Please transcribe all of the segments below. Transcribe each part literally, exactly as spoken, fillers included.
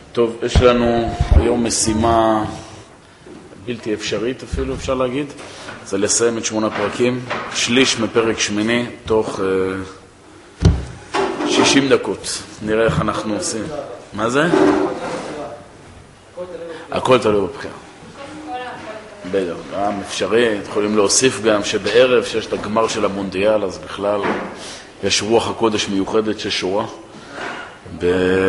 טוב, יש לנו היום משימה בלתי אפשרית אפילו, אפשר להגיד. זה לסיים את שמונה פרקים, שליש מפרק שמיני, תוך שישים דקות. נראה איך אנחנו עושים. מה זה? הכל תלוי בבחירה. בטח, גם אפשרי, יכולים להוסיף גם שבערב שיש את הגמר של המונדיאל, אז בכלל יש רוח הקודש מיוחדת ששורה ב...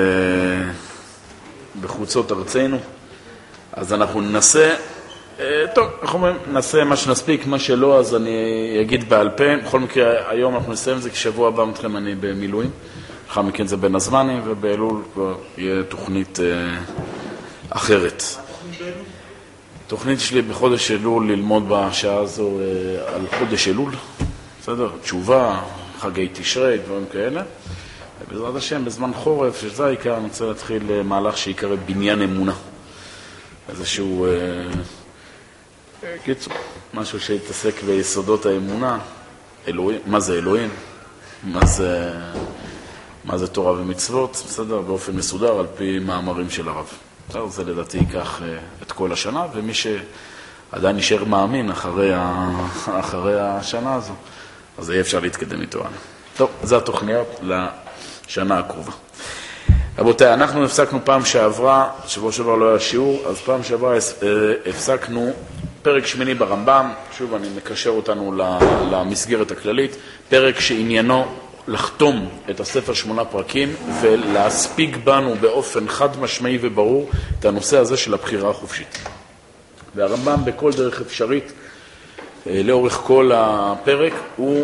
בחוצות ארצנו. אז אנחנו ננסה, טוב, אנחנו ננסה מה שנספיק, מה שלא אז אני אגיד בעל פה. בכל מקרה היום אנחנו נסיים את זה, כשבוע הבא מתכם אני במילואים, אחר מכן זה בין הזמנים, ובאלול כבר יהיה תוכנית אחרת. תוכנית שלי בחודש אלול ללמוד בשעה הזו על חודש אלול, בסדר? תשובה, חגי תשרי, דברים כאלה. ובעזרת השם, בזמן חורף, שזה העיקר, אני רוצה להתחיל מהלך שיקרא בניין אמונה. איזשהו, אה, קיצור, משהו שיתעסק ביסודות האמונה, אלוהים, מה זה אלוהים, מה זה, מה זה תורה ומצוות, בסדר? באופן מסודר על פי מאמרים של הרב. בסדר? זה לדעתי ייקח אה, את כל השנה, ומי שעדיין נשאר מאמין אחרי, ה, אחרי השנה הזו, אז יהיה אפשר להתקדם איתו. טוב, זה התוכניות לשנה הקרובה. רבותיי, אנחנו הפסקנו פעם שעברה, שבוע שעבר לא היה שיעור, אז פעם שעברה הפסקנו פרק שמיני ברמב"ם, שוב אני מקשר אותנו למסגרת הכללית, פרק שעניינו לחתום את הספר שמונה פרקים ולהספיק בנו באופן חד משמעי וברור את הנושא הזה של הבחירה החופשית. והרמב"ם בכל דרך אפשרית, לאורך כל הפרק, הוא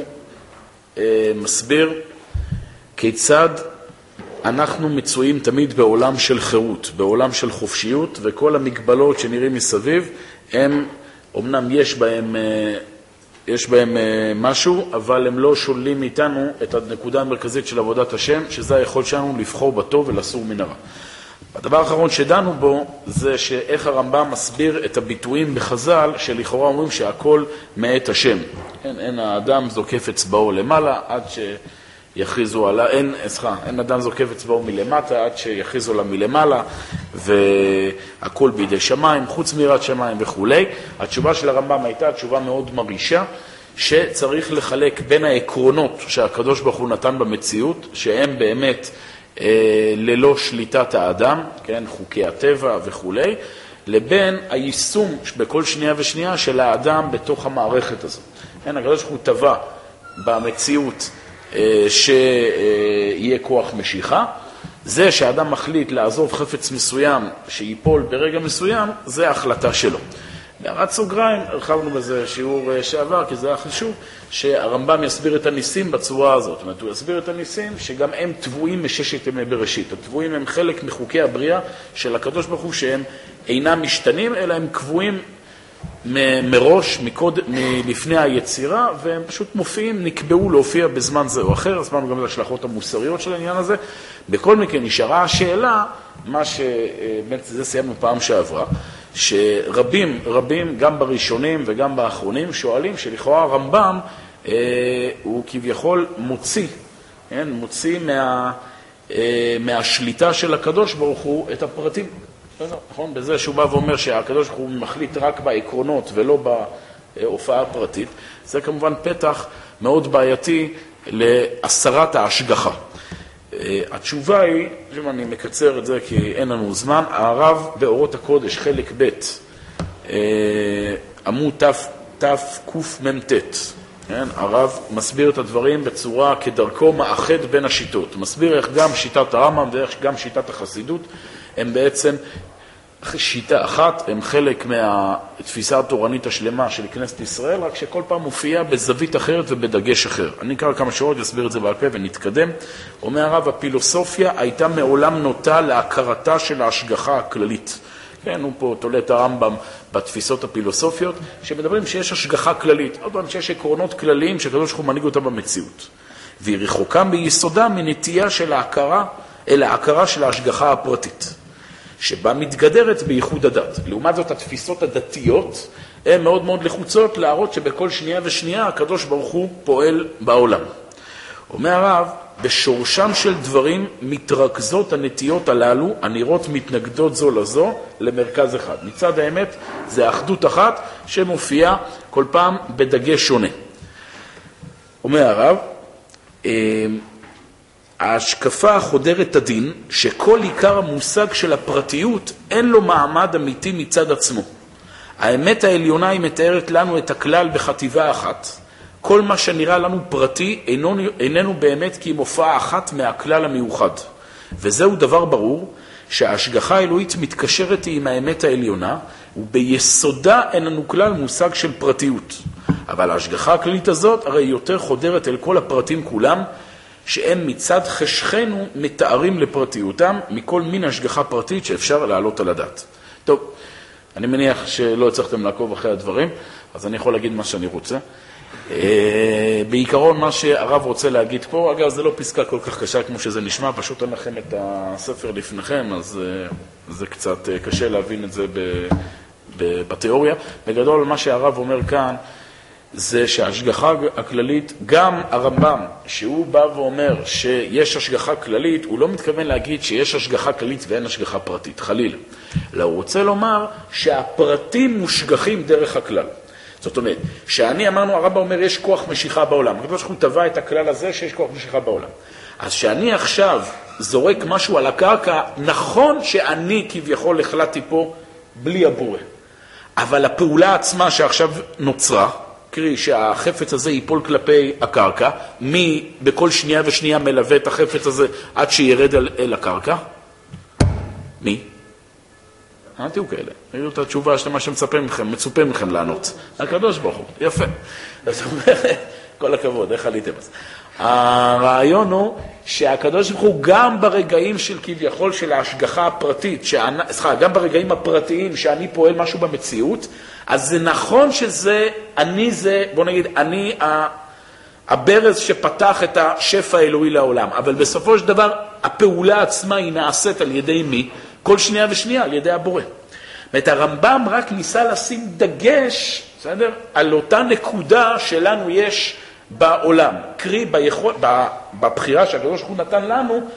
מסביר כיצד אנחנו מצויים תמיד בעולם של חירות, בעולם של חופשיות, וכל המגבלות שנראים מסביב, הם, אמנם יש בהם, יש בהם משהו, אבל הם לא שוללים מאיתנו את הנקודה המרכזית של עבודת השם, שזה היכולת שלנו לבחור בטוב ולסור מן הרע. הדבר האחרון שדנו בו, זה שאיך הרמב"ם מסביר את הביטויים בחז"ל, שלכאורה אומרים שהכל מאת השם. אין, אין האדם זוקף אצבעו למעלה עד ש... יכריזו עלה, אין, סליחה, אין אדם זוקף אצבעו מלמטה עד שיכריזו לה מלמעלה, והכל בידי שמיים, חוץ מיראת שמיים וכו'. התשובה של הרמב"ם הייתה תשובה מאוד מרעישה, שצריך לחלק בין העקרונות שהקדוש ברוך הוא נתן במציאות, שהם באמת אה, ללא שליטת האדם, כן, חוקי הטבע וכו', לבין היישום בכל שנייה ושנייה של האדם בתוך המערכת הזו. כן, הקדוש ברוך הוא טבע במציאות, שיהיה כוח משיכה. זה שהאדם מחליט לעזוב חפץ מסוים שיפול ברגע מסוים, זה ההחלטה שלו. בהערת סוגריים, הרחבנו בזה שיעור שעבר, כי זה היה חשוב, שהרמב"ם יסביר את הניסים בצורה הזאת. זאת אומרת, הוא יסביר את הניסים שגם הם טבועים מששת ימי בראשית. הטבועים הם חלק מחוקי הבריאה של הקדוש ברוך הוא, שהם אינם משתנים, אלא הם קבועים מראש, מקוד, מלפני היצירה, והם פשוט מופיעים, נקבעו להופיע בזמן זה או אחר. אז פעם גם את השלכות המוסריות של העניין הזה. בכל מקרה נשארה השאלה, מה שבאמת זה סיימנו פעם שעברה, שרבים, רבים, גם בראשונים וגם באחרונים, שואלים שלכאורה הרמב"ם אה, הוא כביכול מוציא, כן? מוציא מה, אה, מהשליטה של הקדוש ברוך הוא את הפרטים. נכון? בזה שהוא בא ואומר שהקדוש ברוך הוא מחליט רק בעקרונות ולא בהופעה הפרטית, זה כמובן פתח מאוד בעייתי להסרת ההשגחה. התשובה היא, אם אני מקצר את זה כי אין לנו זמן, הרב באורות הקודש חלק ב' עמוד תקמ"ט, כן? הרב מסביר את הדברים בצורה כדרכו מאחד בין השיטות, מסביר איך גם שיטת הרמב"ם ואיך גם שיטת החסידות הם בעצם שיטה אחת, הם חלק מהתפיסה התורנית השלמה של כנסת ישראל, רק שכל פעם מופיע בזווית אחרת ובדגש אחר. אני אקרא כמה שעות, אסביר את זה בעל פה ונתקדם. אומר הרב, הפילוסופיה הייתה מעולם נוטה להכרתה של ההשגחה הכללית. כן, הוא פה תולה את הרמב"ם בתפיסות הפילוסופיות, שמדברים שיש השגחה כללית, עוד פעם שיש עקרונות כלליים שקדוש ברוך הוא מנהיג אותם במציאות. והיא רחוקה ביסודה מנטייה של ההכרה, אל ההכרה של ההשגחה הפרטית, שבה מתגדרת בייחוד הדת. לעומת זאת, התפיסות הדתיות הן מאוד מאוד לחוצות להראות שבכל שנייה ושנייה הקדוש ברוך הוא פועל בעולם. אומר הרב, בשורשם של דברים מתרכזות הנטיות הללו, הנראות מתנגדות זו לזו, למרכז אחד. מצד האמת, זה אחדות אחת שמופיעה כל פעם בדגש שונה. אומר הרב, ההשקפה החודרת הדין, שכל עיקר המושג של הפרטיות אין לו מעמד אמיתי מצד עצמו. האמת העליונה היא מתארת לנו את הכלל בחטיבה אחת. כל מה שנראה לנו פרטי איננו, איננו באמת כי מופעה אחת מהכלל המיוחד. וזהו דבר ברור שההשגחה האלוהית מתקשרת עם האמת העליונה, וביסודה אין לנו כלל מושג של פרטיות. אבל ההשגחה הכללית הזאת הרי יותר חודרת אל כל הפרטים כולם, שהם מצד חשכנו מתארים לפרטיותם מכל מין השגחה פרטית שאפשר להעלות על הדעת. טוב, אני מניח שלא הצלחתם לעקוב אחרי הדברים, אז אני יכול להגיד מה שאני רוצה. בעיקרון מה שהרב רוצה להגיד פה, אגב זה לא פסקה כל כך קשה כמו שזה נשמע, פשוט אין לכם את הספר לפניכם, אז זה קצת קשה להבין את זה בתיאוריה. בגדול מה שהרב אומר כאן, זה שההשגחה הכללית, גם הרמב"ם, שהוא בא ואומר שיש השגחה כללית, הוא לא מתכוון להגיד שיש השגחה כללית ואין השגחה פרטית, חלילה. אלא הוא רוצה לומר שהפרטים מושגחים דרך הכלל. זאת אומרת, שאני אמרנו, הרמב"ם אומר, יש כוח משיכה בעולם. כתוב שהוא טבע את הכלל הזה שיש כוח משיכה בעולם. אז שאני עכשיו זורק משהו על הקרקע, נכון שאני כביכול החלטתי פה בלי הבורא. אבל הפעולה עצמה שעכשיו נוצרה, קרי שהחפץ הזה ייפול כלפי הקרקע, מי בכל שנייה ושנייה מלווה את החפץ הזה עד שירד אל, אל הקרקע? מי? אל תהיו כאלה. ראינו את התשובה של מה שמצפה מכם, מצופה מכם לענות. הקדוש ברוך הוא, יפה. זאת אומרת, כל הכבוד, איך עליתם אז? הרעיון הוא שהקדוש ברוך הוא גם ברגעים של כביכול של ההשגחה הפרטית, שאני, סליחה, גם ברגעים הפרטיים שאני פועל משהו במציאות, אז זה נכון שזה, אני זה, בוא נגיד, אני הברז שפתח את השפע האלוהי לעולם, אבל בסופו של דבר הפעולה עצמה היא נעשית על ידי מי? כל שנייה ושנייה על ידי הבורא. ואת הרמב"ם רק ניסה לשים דגש, בסדר? על אותה נקודה שלנו יש בעולם, קרי ביכול, בבחירה שהקדוש ברוך הוא נתן לנו,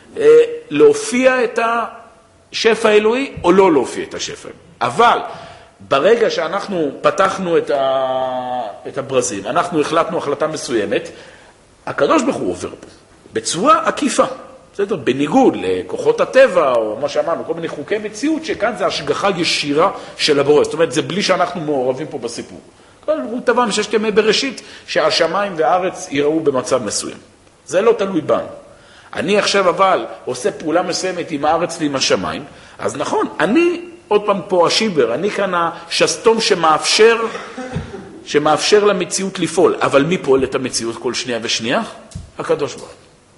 להופיע את השפע האלוהי או לא להופיע את השפע. אבל ברגע שאנחנו פתחנו את, ה... את הברזים, אנחנו החלטנו החלטה מסוימת, הקדוש ברוך הוא עובר פה, בצורה עקיפה. בסדר? בניגוד לכוחות הטבע, או מה שאמרנו, כל מיני חוקי מציאות, שכאן זה השגחה ישירה של הבורא. זאת אומרת, זה בלי שאנחנו מעורבים פה בסיפור. הוא טבע מששת ימי בראשית, שהשמיים והארץ יראו במצב מסוים. זה לא תלוי בנו. אני עכשיו אבל עושה פעולה מסוימת עם הארץ ועם השמיים, אז נכון, אני עוד פעם פה השיבר, אני כאן השסתום שמאפשר, שמאפשר למציאות לפעול. אבל מי פועל את המציאות כל שנייה ושנייה? הקדוש ברוך הוא.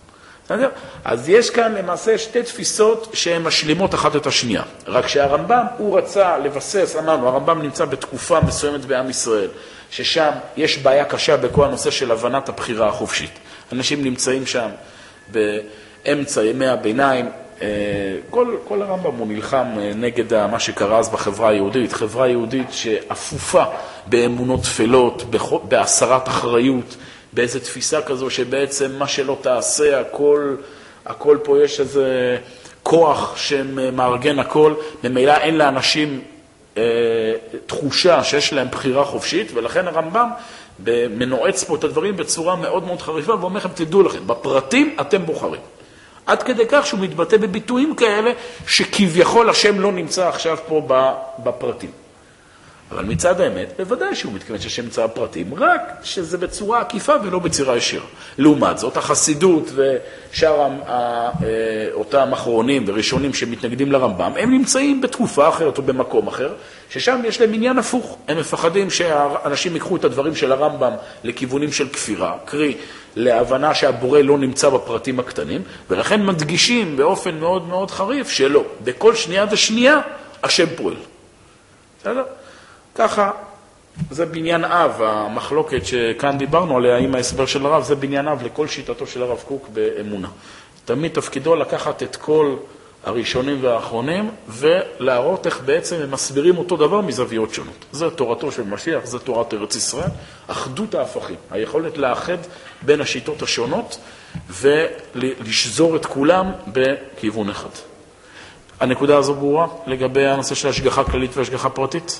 אז יש כאן למעשה שתי תפיסות שהן משלימות אחת את השנייה. רק שהרמב"ם הוא רצה לבסס, אמרנו, הרמב"ם נמצא בתקופה מסוימת בעם ישראל, ששם יש בעיה קשה בכל הנושא של הבנת הבחירה החופשית. אנשים נמצאים שם באמצע ימי הביניים, כל, כל הרמב"ם הוא נלחם נגד מה שקרה אז בחברה היהודית, חברה יהודית שאפופה באמונות תפלות, בהסרת אחריות, באיזו תפיסה כזו שבעצם מה שלא תעשה, הכל, הכל פה יש איזה כוח שמארגן הכל, ממילא אין לאנשים אה, תחושה שיש להם בחירה חופשית, ולכן הרמב"ם מנועץ פה את הדברים בצורה מאוד מאוד חריפה, ואומר לכם, תדעו לכם, בפרטים אתם בוחרים. עד כדי כך שהוא מתבטא בביטויים כאלה, שכביכול השם לא נמצא עכשיו פה בפרטים. אבל מצד האמת, בוודאי שהוא מתכוון שהשם נמצא בפרטים, רק שזה בצורה עקיפה ולא בצורה ישירה. לעומת זאת, החסידות ושאר אותם אחרונים וראשונים שמתנגדים לרמב"ם, הם נמצאים בתקופה אחרת או במקום אחר, ששם יש להם עניין הפוך. הם מפחדים שהאנשים ייקחו את הדברים של הרמב"ם לכיוונים של כפירה, קרי להבנה שהבורא לא נמצא בפרטים הקטנים, ולכן מדגישים באופן מאוד מאוד חריף שלא. בכל שנייה ושנייה השם פועל. בסדר? ככה, זה בניין אב, המחלוקת שכאן דיברנו עליה עם ההסבר של הרב, זה בניין אב לכל שיטתו של הרב קוק באמונה. תמיד תפקידו לקחת את כל הראשונים והאחרונים, ולהראות איך בעצם הם מסבירים אותו דבר מזוויות שונות. זה תורתו של משיח, זה תורת ארץ ישראל, אחדות ההפכים, היכולת לאחד בין השיטות השונות, ולשזור את כולם בכיוון אחד. הנקודה הזו ברורה לגבי הנושא של השגחה כללית והשגחה פרטית?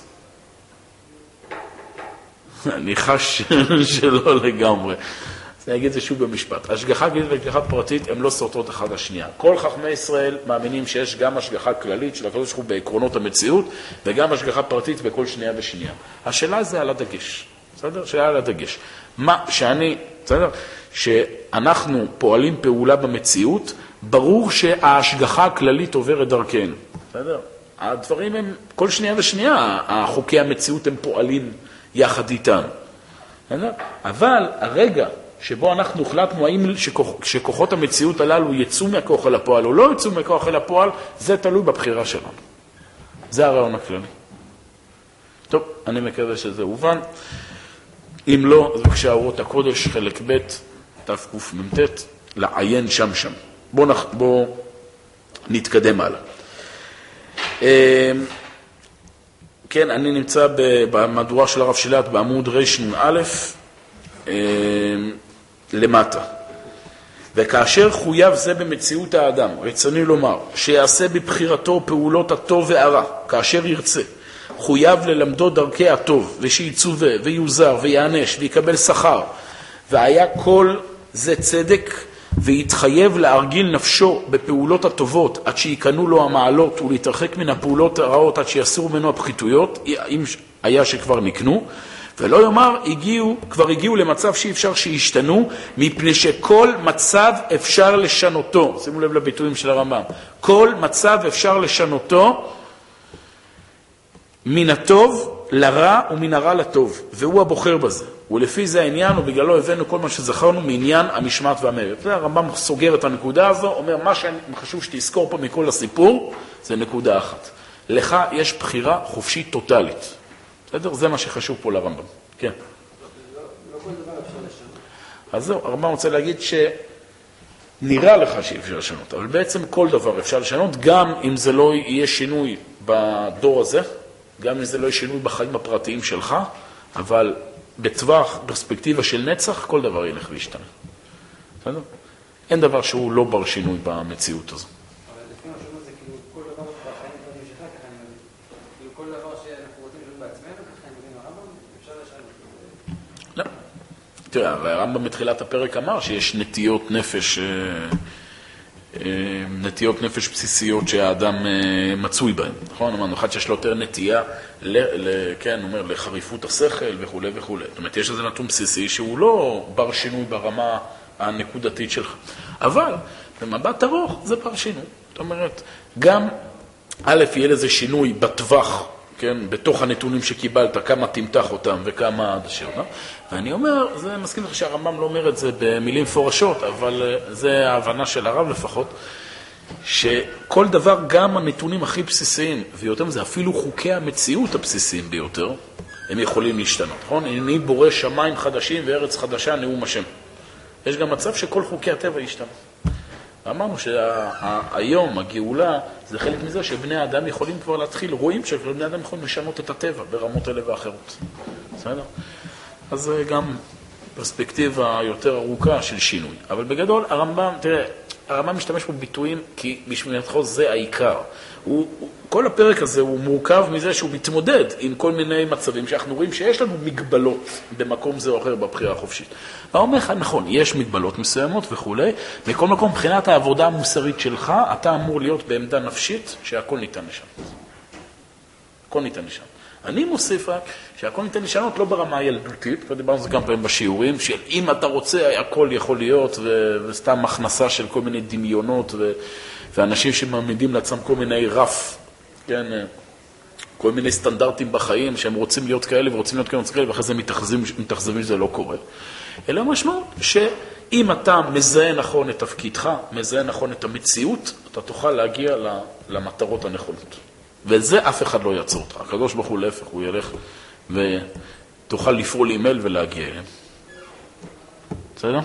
אני חש שלא לגמרי. אז אני אגיד את זה שוב במשפט. השגחה כללית והשגחה פרטית הן לא סותרות אחד השנייה. כל חכמי ישראל מאמינים שיש גם השגחה כללית של הקדוש ברוך הוא בעקרונות המציאות, וגם השגחה פרטית בכל שנייה ושנייה. השאלה זה על הדגש. בסדר? שאלה על הדגש. מה שאני, בסדר? שאנחנו פועלים פעולה במציאות, ברור שההשגחה הכללית עוברת דרכנו. בסדר? הדברים הם, כל שנייה ושנייה, החוקי המציאות הם פועלים יחד איתם. בסדר? אבל הרגע שבו אנחנו החלטנו האם שכוח, שכוחות המציאות הללו יצאו מהכוח אל הפועל או לא יצאו מהכוח אל הפועל, זה תלוי בבחירה שלנו. זה הרעיון הכללי. טוב, אני מקווה שזה הובן. אם לא, אז בבקשה אורות הקודש, חלק ב' תקמ"ט, לעיין שם שם. בואו נח... בוא נתקדם הלאה. כן, אני נמצא במהדורה של הרב שילת בעמוד רנ"א למטה. וכאשר חויב זה במציאות האדם, רצוני לומר, שיעשה בבחירתו פעולות הטוב והרע, כאשר ירצה, חויב ללמדו דרכי הטוב, ושיצווה, ויוזר, ויענש, ויקבל שכר, והיה כל זה צדק, ויתחייב להרגיל נפשו בפעולות הטובות, עד שיקנו לו המעלות, ולהתרחק מן הפעולות הרעות, עד שיסור ממנו הפחיתויות, אם היה שכבר נקנו, ולא יאמר, הגיעו, כבר הגיעו למצב שאי אפשר שישתנו, מפני שכל מצב אפשר לשנותו. שימו לב לביטויים של הרמב"ם. כל מצב אפשר לשנותו, מן הטוב לרע ומן הרע לטוב, והוא הבוחר בזה. ולפי זה העניין, ובגללו הבאנו כל מה שזכרנו מעניין המשמעת והמרד. הרמב"ם סוגר את הנקודה הזו, אומר, מה שחשוב שתזכור פה מכל הסיפור, זה נקודה אחת. לך יש בחירה חופשית טוטלית. בסדר? זה מה שחשוב פה לרמב"ם. כן. לא, לא כל דבר אפשר לשנות. אז זהו, הרמב"ם רוצה להגיד שנראה לך שאפשר לשנות, אבל בעצם כל דבר אפשר לשנות, גם אם זה לא יהיה שינוי בדור הזה, גם אם זה לא יהיה שינוי בחיים הפרטיים שלך, אבל בטווח, פרספקטיבה של נצח, כל דבר ילך וישתנה. בסדר? אין דבר שהוא לא בר שינוי במציאות הזו. אבל לפי מה שאומר זה כאילו כל דבר בחיים הפרטיים שלך, ככה אני מבין. כאילו כל דבר שאנחנו רוצים לשנות בעצמנו, ככה אני מבין הרמב"ם, אפשר לשנות. לא. תראה, הרמב"ם בתחילת הפרק אמר שיש נטיות נפש, נטיות נפש בסיסיות שהאדם מצוי בהן. נכון? אמרנו, אחד שיש לו יותר נטייה, כן, אומר, לחריפות השכל וכו' וכו'. זאת אומרת, יש איזה נתון בסיסי שהוא לא בר שינוי ברמה הנקודתית שלך. אבל במבט ארוך זה בר שינוי. זאת אומרת, גם א' יהיה לזה שינוי בטווח, כן, בתוך הנתונים שקיבלת, כמה תמתח אותם וכמה עד אשר, לא? ואני אומר, זה מסכים לך שהרמב"ם לא אומר את זה במילים פורשות, אבל זה ההבנה של הרב לפחות, שכל דבר, גם הנתונים הכי בסיסיים, ויותר מזה, אפילו חוקי המציאות הבסיסיים ביותר, הם יכולים להשתנות, נכון? אני בורא שמיים חדשים וארץ חדשה, נאום השם. יש גם מצב שכל חוקי הטבע ישתנו. אמרנו שהיום הגאולה זה חלק מזה שבני האדם יכולים כבר להתחיל, רואים שבני האדם יכולים לשנות את הטבע ברמות אלה ואחרות. בסדר? אז זה גם פרספקטיבה יותר ארוכה של שינוי. אבל בגדול הרמב"ם, תראה, הרמב"ם משתמש פה ביטויים כי בשמינתו זה העיקר. הוא, כל הפרק הזה הוא מורכב מזה שהוא מתמודד עם כל מיני מצבים שאנחנו רואים שיש לנו מגבלות במקום זה או אחר בבחירה החופשית. הוא אומר לך, נכון, יש מגבלות מסוימות וכו'. מכל מקום, מבחינת העבודה המוסרית שלך, אתה אמור להיות בעמדה נפשית שהכל ניתן לשנות. הכל ניתן לשנות. אני מוסיף רק שהכל ניתן לשנות לא ברמה הילדותית, ודיברנו על זה כמה פעמים בשיעורים, שאם אתה רוצה, הכל יכול להיות, ו- וסתם הכנסה של כל מיני דמיונות, ו- ואנשים שמעמידים לעצמם כל מיני רף, כן, כל מיני סטנדרטים בחיים, שהם רוצים להיות כאלה ורוצים להיות כאלה, ואחרי זה מתאכזבים, מתאכזבים שזה לא קורה. אלא המשמעות שאם אתה מזהה נכון את תפקידך, מזהה נכון את המציאות, אתה תוכל להגיע למטרות הנכונות. וזה אף אחד לא יעצור אותך. הקדוש ברוך הוא להפך, הוא ילך ותוכל לפעול אימייל ולהגיע אליהם. בסדר?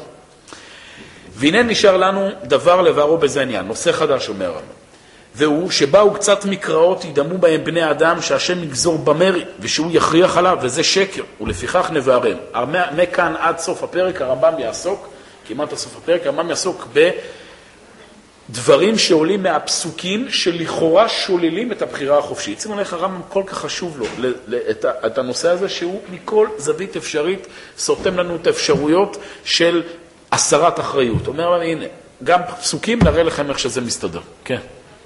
והנה נשאר לנו דבר לבארו בזה עניין, נושא חדש אומר הרמב"ם. והוא שבאו קצת מקראות ידמו בהם בני אדם שהשם יגזור במרי ושהוא יכריח עליו, וזה שקר, ולפיכך נבהרם. מכאן עד סוף הפרק הרמב"ם יעסוק כמעט לסוף הפרק, הרמב"ם יעסוק בדברים שעולים מהפסוקים שלכאורה שוללים את הבחירה החופשית. שימו לב איך הרמב"ם כל כך חשוב לו את הנושא הזה שהוא מכל זווית אפשרית סותם לנו את האפשרויות של הסרת אחריות. אומר, הנה, גם פסוקים נראה לכם איך שזה מסתדר. כן.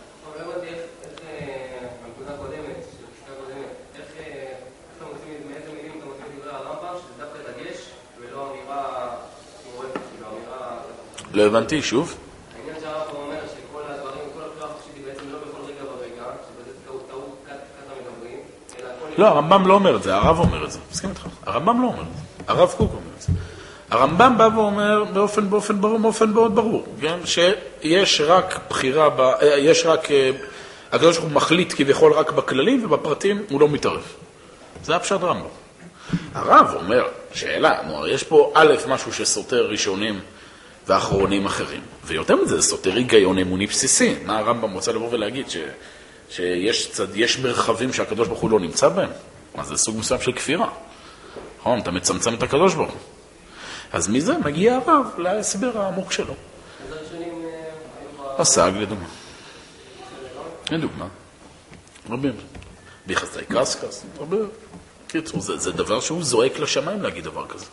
לא הבנתי, שוב. העניין שהרב אומר שכל הדברים, כל הבחירה החופשית היא בעצם לא בכל רגע ורגע, שבזה טעות ככה מדברים, אלא כל... לא, הרמב"ם לא אומר את זה, הרב אומר את זה. מסכים איתך? הרמב"ם לא אומר את זה. הרב קוק אומר את זה. הרמב"ם בא ואומר באופן, באופן ברור, באופן מאוד ברור, כן? שיש רק בחירה, ב... יש רק... הקדוש ברוך הוא מחליט כביכול רק בכללים, ובפרטים הוא לא מתערב. זה הפשט רמב"ם. הרב אומר, שאלה, יש פה א' משהו שסותר ראשונים ואחרונים אחרים. ויותר מזה, זה סותר היגיון אמוני בסיסי. מה הרמב"ם רוצה לבוא ולהגיד? ש, שיש צד, יש מרחבים שהקדוש ברוך הוא לא נמצא בהם? מה זה סוג מסוים של כפירה? נכון, אתה מצמצם את הקדוש ברוך הוא. אז מזה מגיע הרב להסבר העמוק שלו. אז הראשונים... השג לדוגמה. לדוגמה. רבים. ביחסי קסקס. רבים. קיצור, זה, זה דבר שהוא זועק לשמיים להגיד דבר כזה.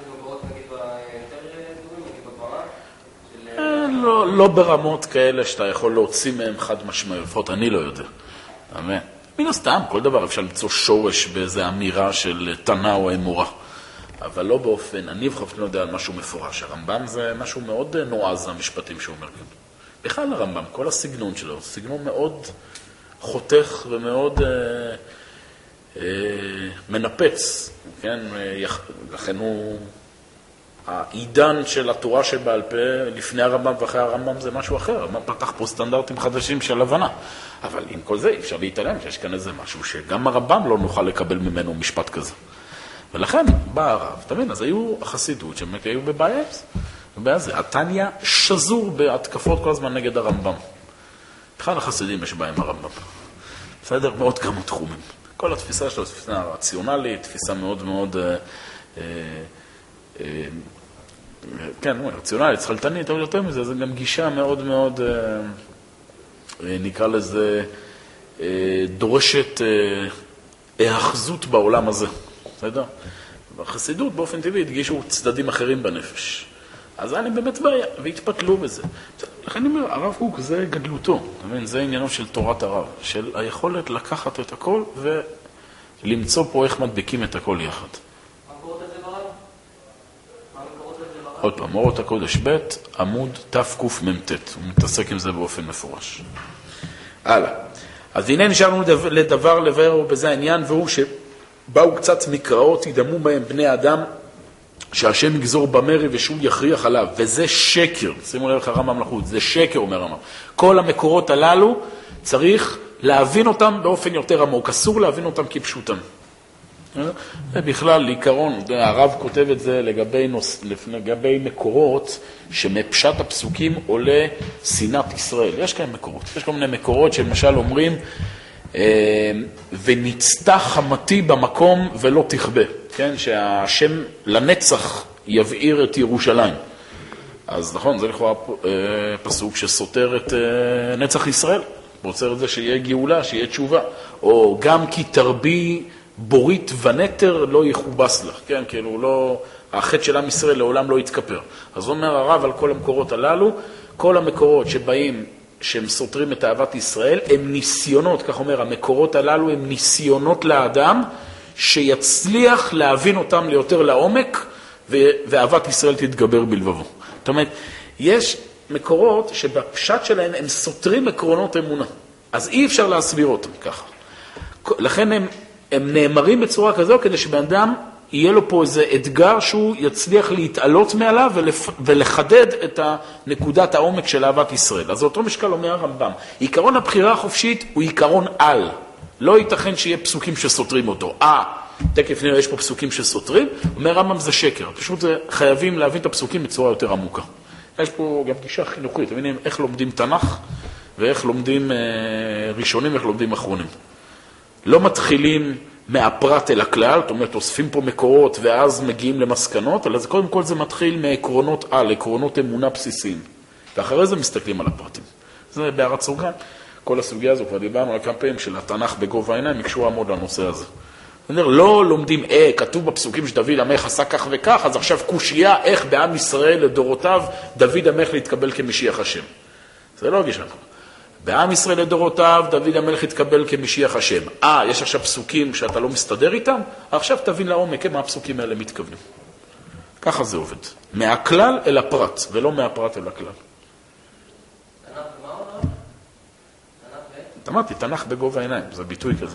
לא, לא ברמות כאלה שאתה יכול להוציא מהם חד משמעי, לפחות אני לא יודע. אמן. מן הסתם, כל דבר אפשר למצוא שורש באיזו אמירה של תנא או אמורה. אבל לא באופן, אני וחפת לא יודע על משהו מפורש. הרמב"ם זה משהו מאוד נועז המשפטים שהוא אומר כאן. בכלל הרמב"ם, כל הסגנון שלו, סגנון מאוד חותך ומאוד אה, אה, מנפץ. כן? לכן הוא... העידן של התורה שבעל פה לפני הרמב"ם ואחרי הרמב"ם זה משהו אחר. הרמב"ם פתח פה סטנדרטים חדשים של הבנה. אבל עם כל זה אפשר להתעלם שיש כאן איזה משהו שגם הרמב"ם לא נוכל לקבל ממנו משפט כזה. ולכן בא הרב, תבין, אז היו החסידות שבאמת היו בבעיה. בבעיה זה, התניא שזור בהתקפות כל הזמן נגד הרמב"ם. בכלל החסידים יש בהם הרמב"ם. בסדר? מאוד כמה תחומים. כל התפיסה שלו, תפיסה רציונלית, תפיסה מאוד מאוד... אה, אה, כן, רציונלית, שכלתנית, אבל יותר מזה, זה גם גישה מאוד מאוד, נקרא לזה, דורשת היאחזות בעולם הזה, בסדר? והחסידות באופן טבעי הדגישו צדדים אחרים בנפש. אז אני באמת בעיה, והתפתלו בזה. לכן אני אומר, הרב קוק זה גדלותו, זה עניינו של תורת הרב, של היכולת לקחת את הכל ולמצוא פה איך מדביקים את הכל יחד. עוד פעם, אורות הקודש ב' עמוד תקמ"ט, הוא מתעסק עם זה באופן מפורש. הלאה. אז הנה נשארנו לדבר לבאר בזה העניין, והוא שבאו קצת מקראות, ידמו בהם בני אדם, שהשם יגזור במרי ושהוא יכריח עליו, וזה שקר. שימו לב איך הרמב"ם מלכות, זה שקר, אומר הרמב"ם. כל המקורות הללו צריך להבין אותם באופן יותר עמוק, אסור להבין אותם כפשוטם. ובכלל, לעיקרון, הרב כותב את זה לגבי, נוס, לגבי מקורות שמפשט הפסוקים עולה שנאת ישראל. יש כאן מקורות. יש כל מיני מקורות שלמשל אומרים ונצתה חמתי במקום ולא תכבה. כן? שהשם לנצח יבעיר את ירושלים. אז נכון, זה לכאורה פסוק שסותר את נצח ישראל. רוצה את זה שיהיה גאולה, שיהיה תשובה. או גם כי תרבי... בורית ונטר לא יכובס לך, כן? כאילו לא, החטא של עם ישראל לעולם לא יתכפר. אז אומר הרב על כל המקורות הללו, כל המקורות שבאים, שהם סותרים את אהבת ישראל, הם ניסיונות, כך אומר, המקורות הללו הם ניסיונות לאדם, שיצליח להבין אותם ליותר לעומק, ואהבת ישראל תתגבר בלבבו. זאת אומרת, יש מקורות שבפשט שלהם הם סותרים עקרונות אמונה. אז אי אפשר להסביר אותם ככה. לכן הם... הם נאמרים בצורה כזו כדי שבן אדם יהיה לו פה איזה אתגר שהוא יצליח להתעלות מעליו ולפ... ולחדד את נקודת העומק של אהבת ישראל. אז אותו משקל אומר הרמב"ם, עיקרון הבחירה החופשית הוא עיקרון על. לא ייתכן שיהיה פסוקים שסותרים אותו. אה, תכף נראה, יש פה פסוקים שסותרים, אומר הרמב"ם זה שקר. פשוט חייבים להבין את הפסוקים בצורה יותר עמוקה. יש פה גם גישה חינוכית, מבינים איך לומדים תנ"ך ואיך לומדים ראשונים ואיך לומדים אחרונים. לא מתחילים מהפרט אל הכלל, זאת אומרת, אוספים פה מקורות ואז מגיעים למסקנות, אלא זה, קודם כל זה מתחיל מעקרונות על, עקרונות אמונה בסיסיים. ואחרי זה מסתכלים על הפרטים. זה בהערת סוגריים. כל הסוגיה הזו, כבר דיברנו על כמה פעמים של התנ"ך בגובה העיניים, יקשו מאוד לנושא הזה. אומר, לא לומדים, אה, כתוב בפסוקים שדוד המלך עשה כך וכך, אז עכשיו קושיה איך בעם ישראל לדורותיו דוד המלך להתקבל כמשיח השם. זה לא גישה. בעם ישראל לדורותיו דוד המלך התקבל כמשיח השם. אה, יש עכשיו פסוקים שאתה לא מסתדר איתם? עכשיו תבין לעומק מה הפסוקים האלה מתכוונים. ככה זה עובד. מהכלל אל הפרט, ולא מהפרט אל הכלל. תנ"ך ומה הוא לא? תנ"ך ו? אמרתי, תנ"ך בגובה העיניים, זה ביטוי כזה.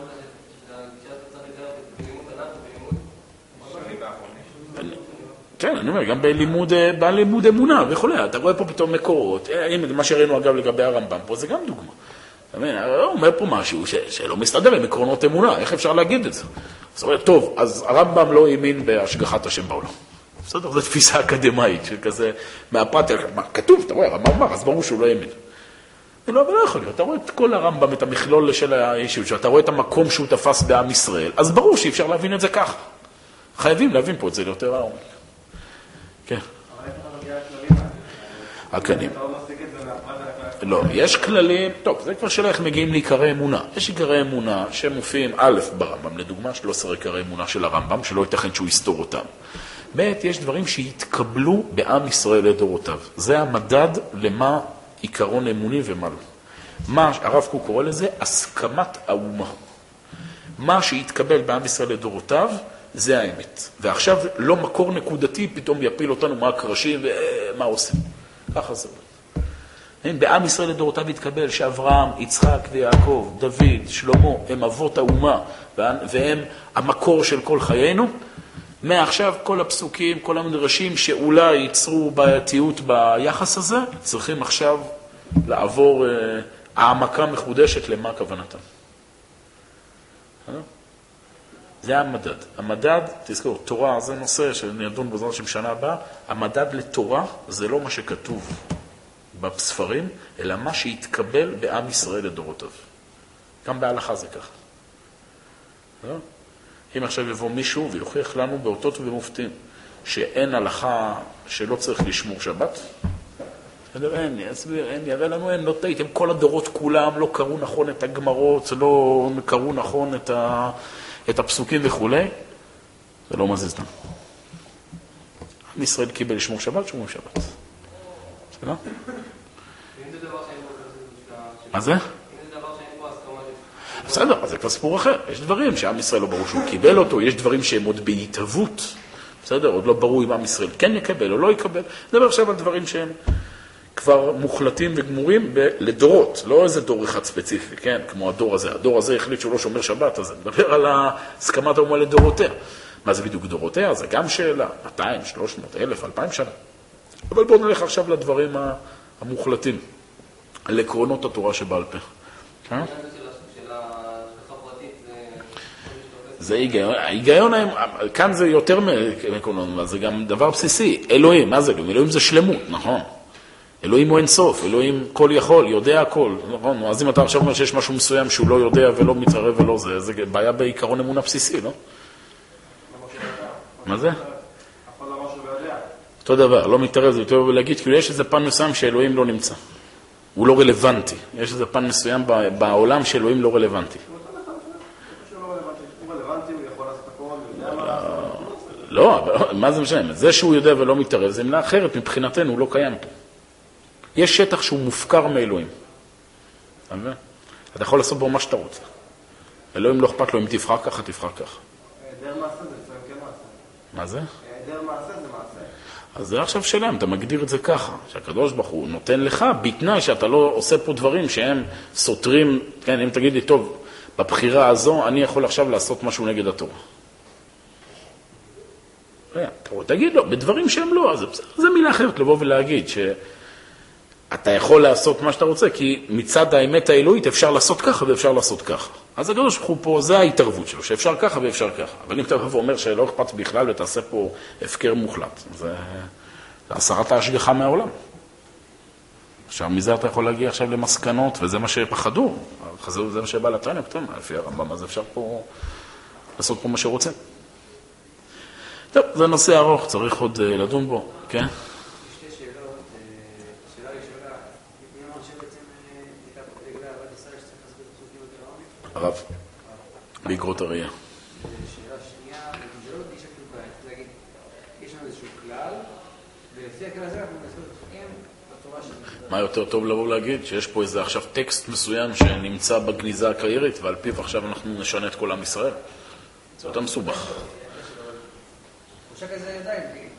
כן, אני אומר, גם בלימוד, בלימוד אמונה וכולי, אתה רואה פה פתאום מקורות, מה שראינו אגב לגבי הרמב"ם פה, זה גם דוגמה. אתה מבין, הוא אומר פה משהו ש, שלא מסתדר עם עקרונות אמונה, איך אפשר להגיד את זה? זאת אומרת, טוב, אז הרמב"ם לא האמין בהשגחת השם בעולם. בסדר, זו תפיסה אקדמאית של כזה, מהפרט, מה, כתוב, אתה רואה, הרמב"ם אמר, אז ברור שהוא לא האמין. לא, אבל לא יכול להיות, אתה רואה את כל הרמב"ם, את המכלול של הישות, שאתה רואה את המקום שהוא תפס בעם ישראל, אז ברור שאי אפשר להבין את זה ככה. חייבים להבין פה את זה ליותר העומק. כן. אבל איך אתה מגיע לכללים האלה? הכללים. אתה לא משיג את זה מהפרט על הכלל. לא, יש כללים, טוב, זה כבר שאלה איך מגיעים לעיקרי אמונה. יש עיקרי אמונה שמופיעים א' ברמב"ם, לדוגמה, שלוש עשרה עיקרי אמונה של הרמב"ם, שלא ייתכן שהוא יסתור אותם. ב', יש דברים שהתקבלו בעם ישראל לדורותיו. זה המדד למה עיקרון אמוני ומה לא. מה, הרב קוק קורא לזה, הסכמת האומה. מה שהתקבל בעם ישראל לדורותיו, זה האמת. ועכשיו לא מקור נקודתי, פתאום יפיל אותנו מה הקרשים ומה עושים. ככה זה. בעם ישראל לדורותיו התקבל שאברהם, יצחק ויעקב, דוד, שלמה, הם אבות האומה, והם המקור של כל חיינו. מעכשיו כל הפסוקים, כל המדרשים שאולי ייצרו בעייתיות ביחס הזה, צריכים עכשיו לעבור אה, העמקה מחודשת למה כוונתם. זה המדד. המדד, תזכור, תורה זה נושא שנדון בזמן של שנה הבאה, המדד לתורה זה לא מה שכתוב בספרים, אלא מה שהתקבל בעם ישראל לדורותיו. גם בהלכה זה ככה. לא? אם עכשיו יבוא מישהו ויוכיח לנו באותות ובמופתים שאין הלכה שלא צריך לשמור שבת, אין לי, אסביר, אין לי, הרי לנו אין, לא טעיתם, כל הדורות כולם לא קראו נכון את הגמרות, לא קראו נכון את, ה, את הפסוקים וכו', זה לא מזיז לנו. עם ישראל קיבל לשמור שבת, שמור שבת. בסדר? מה זה? בסדר, אז זה כבר סיפור אחר. יש דברים שעם ישראל לא ברור שהוא קיבל אותו, יש דברים שהם עוד בהתהוות, בסדר? עוד לא ברור אם עם ישראל כן יקבל או לא יקבל. נדבר עכשיו על דברים שהם כבר מוחלטים וגמורים ב- לדורות, לא איזה דור אחד ספציפי, כן? כמו הדור הזה. הדור הזה החליט שהוא לא שומר שבת, אז נדבר על הסכמת האומה לדורותיה. מה זה בדיוק דורותיה? זה גם שאלה, מאתיים, שלוש מאות, אלף, אלפיים שנה. אבל בואו נלך עכשיו לדברים המוחלטים, על עקרונות התורה שבעל פה. כן? זה היגיון, ההיגיון, כאן זה יותר מעקרונות, זה גם דבר בסיסי. אלוהים, מה זה אלוהים? אלוהים זה שלמות, נכון? אלוהים הוא אינסוף, אלוהים כל יכול, יודע הכל, נכון? אז אם אתה עכשיו אומר שיש משהו מסוים שהוא לא יודע ולא מתערב ולא זה, זה בעיה בעיקרון אמונה בסיסי, לא? מה זה? אותו דבר, לא מתערב, זה יותר להגיד, כאילו יש איזה פן מסוים שאלוהים לא נמצא. הוא לא רלוונטי. יש איזה פן מסוים בעולם שאלוהים לא רלוונטי. לא, מה זה משנה? זה שהוא יודע ולא מתערב, זה מילה אחרת, מבחינתנו הוא לא קיים פה. יש שטח שהוא מופקר מאלוהים. אתה יכול לעשות בו מה שאתה רוצה. אלוהים לא אכפת לו אם תבחר ככה, תבחר ככה. היעדר מעשה זה לפעמים כן מעשה. מה זה? היעדר מעשה זה מעשה. אז זה עכשיו שלם, אתה מגדיר את זה ככה, שהקדוש ברוך הוא נותן לך, בתנאי שאתה לא עושה פה דברים שהם סותרים, כן, אם תגיד לי, טוב, בבחירה הזו אני יכול עכשיו לעשות משהו נגד התורה. תגיד לו, בדברים שהם לא, אז זה מילה אחרת לבוא ולהגיד שאתה יכול לעשות מה שאתה רוצה, כי מצד האמת האלוהית אפשר לעשות ככה ואפשר לעשות ככה. אז הקדוש ברוך הוא פה, זה ההתערבות שלו, שאפשר ככה ואפשר ככה. אבל אם אתה אומר שלא אכפת בכלל ותעשה פה הפקר מוחלט, זה הסרת ההשגחה מהעולם. עכשיו מזה אתה יכול להגיע עכשיו למסקנות, וזה מה שפחדו. זה מה שבא לתניא, לפי הרמב"ם, אז אפשר פה לעשות פה מה שרוצים. טוב, זה נושא ארוך, צריך עוד לדון בו, כן? שתי שאלות. שאלה ראשונה, מי אמר שבעצם לגבי אהבת ישראל שצריך להסביר את הפסוקים יותר לעומק? הרב, באגרות הראייה. שאלה שנייה, זה לא גישה כאילו בעיה, להגיד, יש לנו איזשהו כלל, ולפי הכלל הזה אנחנו נסביר את הפסוקים בתורה שלנו. מה יותר טוב לבוא להגיד? שיש פה איזה עכשיו טקסט מסוים שנמצא בגניזה הקריירית, ועל פיו עכשיו אנחנו נשנה את כל עם ישראל. זה יותר מסובך. חושב כזה עדיין, כאילו...